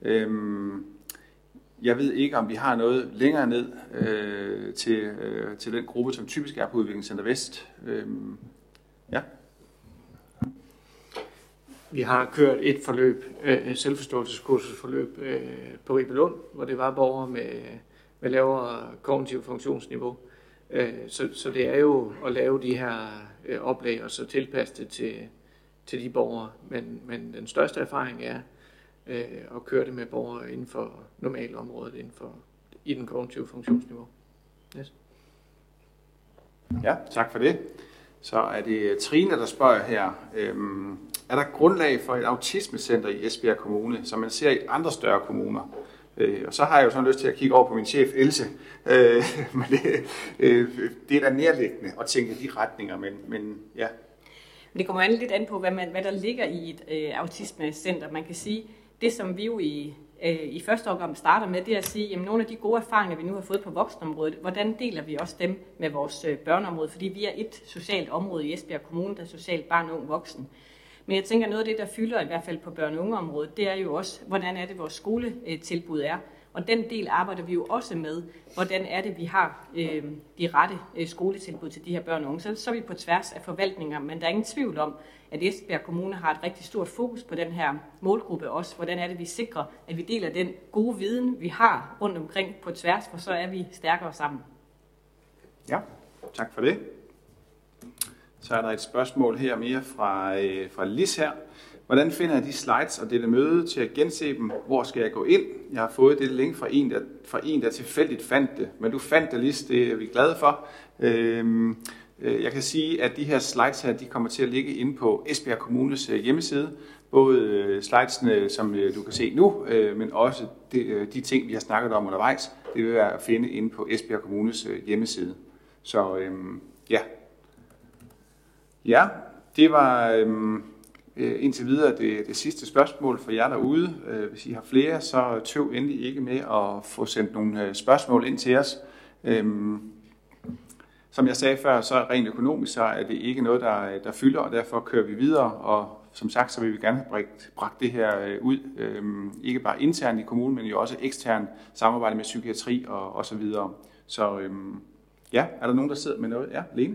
Jeg ved ikke, om vi har noget længere ned til den gruppe, som typisk er på Udviklingscenter Vest. Ja. Vi har kørt et forløb, selvforståelseskursusforløb på Ribelund, hvor det var borgere med lavere kognitiv funktionsniveau. Så det er jo at lave de her oplæg og så tilpasse det til de borgere. Men den største erfaring er at køre det med borgere inden for normalområdet, i den kognitive funktionsniveau. Yes. Ja, tak for det. Så er det Trine, der spørger her. Er der grundlag for et autismecenter i Esbjerg Kommune, som man ser i andre større kommuner? Og så har jeg jo sådan lyst til at kigge over på min chef Else. Men det er da nærliggende at tænke i de retninger, men ja. Det kommer lidt an på, hvad der ligger i et autismecenter. Man kan sige, det som vi jo i første omgang starter med, det er at sige, jamen nogle af de gode erfaringer, vi nu har fået på voksenområdet, hvordan deler vi også dem med vores børneområde? Fordi vi er et socialt område i Esbjerg Kommune, der er socialt barn, ung, voksen. Men jeg tænker, noget af det, der fylder i hvert fald på børne- og ungeområdet, det er jo også, hvordan er det, vores skoletilbud er. Og den del arbejder vi jo også med, hvordan er det, vi har de rette skoletilbud til de her børn og unge. Så er vi på tværs af forvaltninger, men der er ingen tvivl om, at Esbjerg Kommune har et rigtig stort fokus på den her målgruppe også. Hvordan er det, vi sikrer, at vi deler den gode viden, vi har rundt omkring på tværs, for så er vi stærkere sammen. Ja, tak for det. Så er der et spørgsmål her mere fra Lis her. Hvordan finder jeg de slides og dette møde til at gense dem? Hvor skal jeg gå ind? Jeg har fået det link fra en, der tilfældigt fandt det. Men du fandt det, Lis, det er vi glade for. Jeg kan sige, at de her slides her, de kommer til at ligge inde på Esbjerg Kommunes hjemmeside. Både slidesene, som du kan se nu, men også de ting, vi har snakket om undervejs, det vil være at finde inde på Esbjerg Kommunes hjemmeside. Så ja. Ja, det var indtil videre det sidste spørgsmål for jer derude. Hvis I har flere, så tøv endelig ikke med at få sendt nogle spørgsmål ind til os. Som jeg sagde før, så rent økonomisk, så er det ikke noget, der fylder, og derfor kører vi videre. Og som sagt, så vil vi gerne have bragt det her ud, ikke bare internt i kommunen, men jo også eksternt samarbejde med psykiatri og så videre. Så ja, er der nogen, der sidder med noget? Ja, Lene?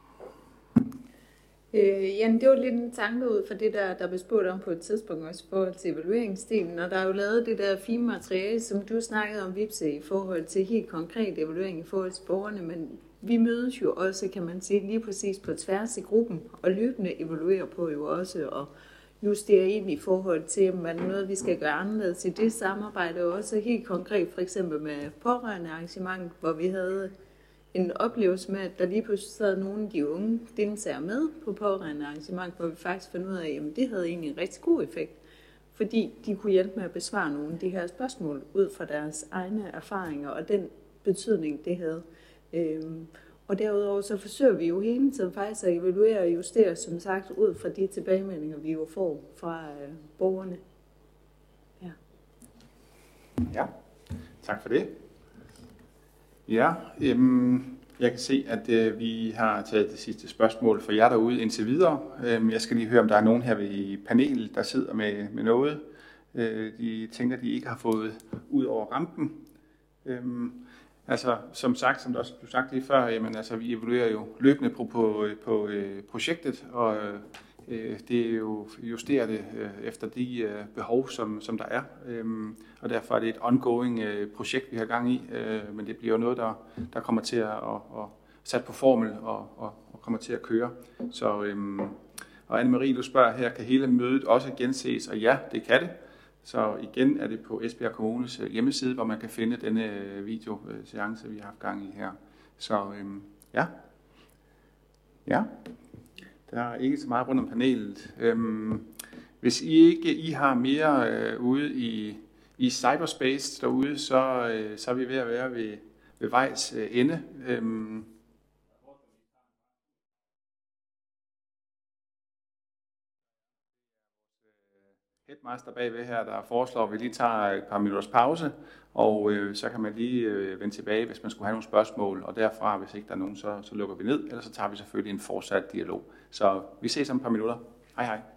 Jamen, det var lidt en tanke ud fra det, der blev spurgt om på et tidspunkt, også i forhold til evalueringsdelen. Og der er jo lavet det der fine materiale, som du snakkede om, Vipse, i forhold til helt konkret evaluering i forhold til borgerne. Men vi mødes jo også, kan man sige, lige præcis på tværs i gruppen, og løbende evaluerer på jo også, og justere ind i forhold til, om der er noget, vi skal gøre anderledes i det samarbejde. Også helt konkret, for eksempel med pårørende arrangement, hvor vi havde en oplevelse med, at der lige pludselig sad nogle af de unge deltagere med på pårørende arrangement, hvor vi faktisk fandt ud af, at det havde egentlig en rigtig god effekt, fordi de kunne hjælpe med at besvare nogle af de her spørgsmål ud fra deres egne erfaringer og den betydning, det havde. Og derudover så forsøger vi jo hele tiden faktisk at evaluere og justere, som sagt, ud fra de tilbagemeldinger, vi jo får fra borgerne. Ja. Ja, tak for det. Ja, jeg kan se, at vi har taget det sidste spørgsmål for jer derude indtil videre. Jeg skal lige høre, om der er nogen her ved panelet, der sidder med noget. De tænker, de ikke har fået ud over rampen. Altså, som sagt, som du også blev sagt lige før, jamen, altså, vi evaluerer jo løbende på projektet, og det er jo justerer det efter de behov, som der er. Og derfor er det et ongoing projekt, vi har gang i, men det bliver jo noget, der kommer til at sætte på formel og kommer til at køre. Så, og Anne-Marie, du spørger her, kan hele mødet også genses? Og ja, det kan det. Så igen er det på Esbjerg Kommunes hjemmeside, hvor man kan finde denne videoseance, vi har haft gang i her. Så ja. Ja. Der er ikke så meget rundt om panelet. Hvis I har mere ude i cyberspace derude, så er vi ved at være ved vejs ende. Headmaster bagved her, der foreslår, at vi lige tager et par minutters pause, og så kan man lige vende tilbage, hvis man skulle have nogle spørgsmål, og derfra, hvis ikke der er nogen, så lukker vi ned, eller så tager vi selvfølgelig en fortsat dialog. Så vi ses om et par minutter. Hej hej.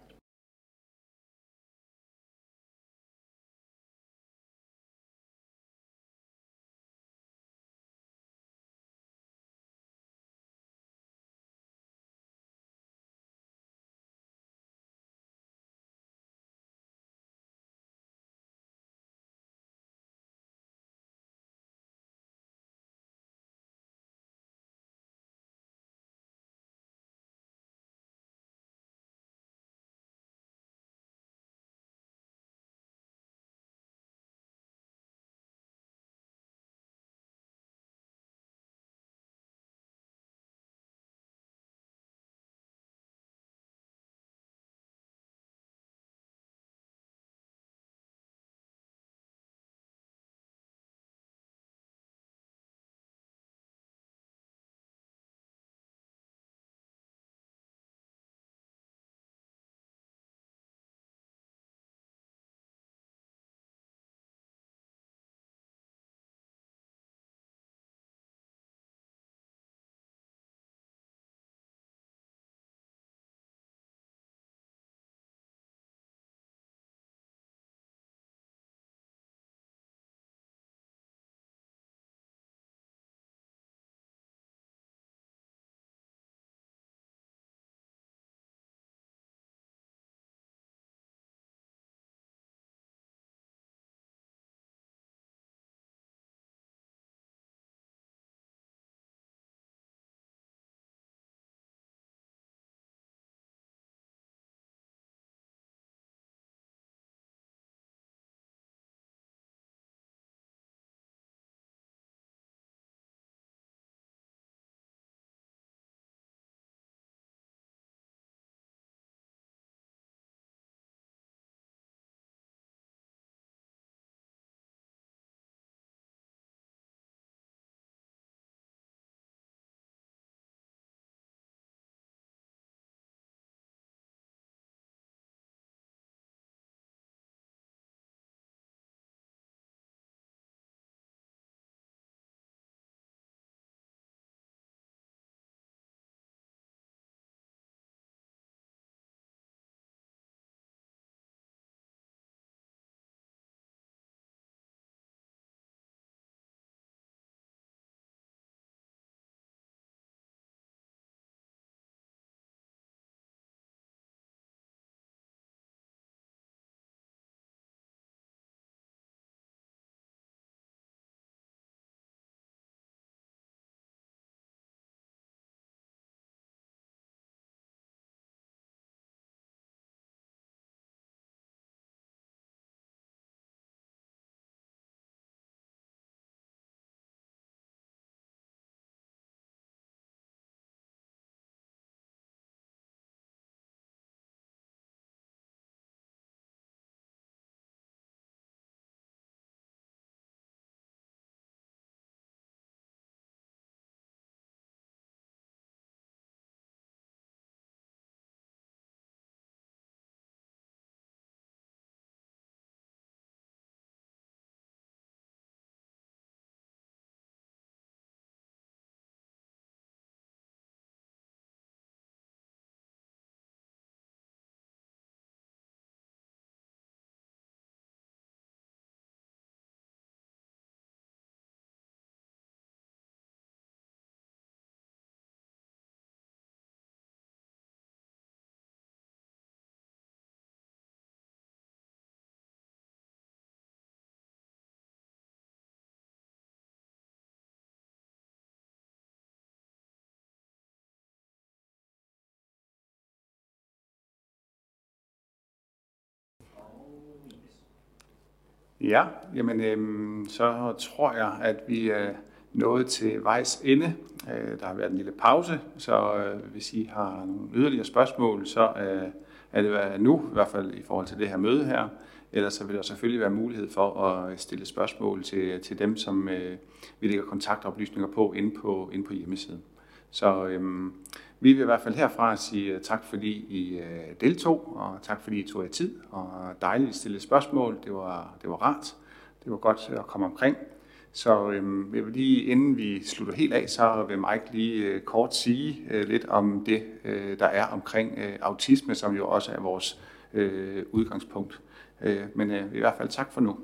Ja, jamen så tror jeg, at vi er nået til vejs ende. Der har været en lille pause, så hvis I har nogle yderligere spørgsmål, så er det nu, i hvert fald i forhold til det her møde her. Ellers så vil der selvfølgelig være mulighed for at stille spørgsmål til dem, som vi lægger kontaktoplysninger på inde på hjemmesiden. Så vi vil i hvert fald herfra sige tak, fordi I deltog, og tak, fordi I tog jer tid, og dejligt at stille spørgsmål. Det var rart. Det var godt at komme omkring. Så jeg vil lige, inden vi slutter helt af, så vil Mike lige kort sige lidt om det, der er omkring autisme, som jo også er vores udgangspunkt. Men i hvert fald tak for nu.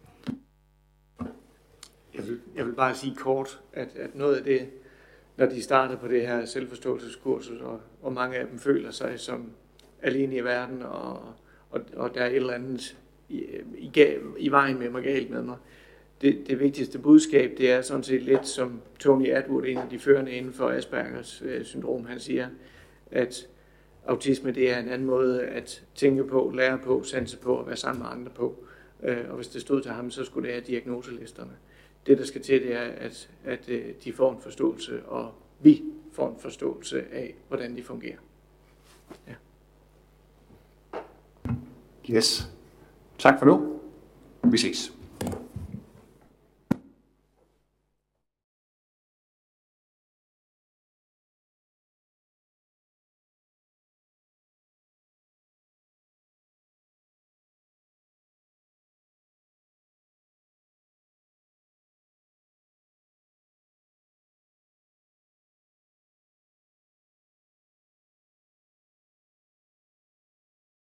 Jeg vil bare sige kort, at noget af det, når de starter på det her selvforståelseskursus, og mange af dem føler sig som alene i verden, og der er et eller andet i vejen med mig, galt med mig. Det vigtigste budskab, det er sådan set lidt som Tony Attwood, en af de førende inden for Aspergers syndrom, han siger, at autisme det er en anden måde at tænke på, lære på, sanse på og være sammen med andre på. Og hvis det stod til ham, så skulle det have diagnoselisterne. Det, der skal til, det er, at de får en forståelse, og vi får en forståelse af, hvordan de fungerer. Ja. Yes. Tak for nu. Vi ses.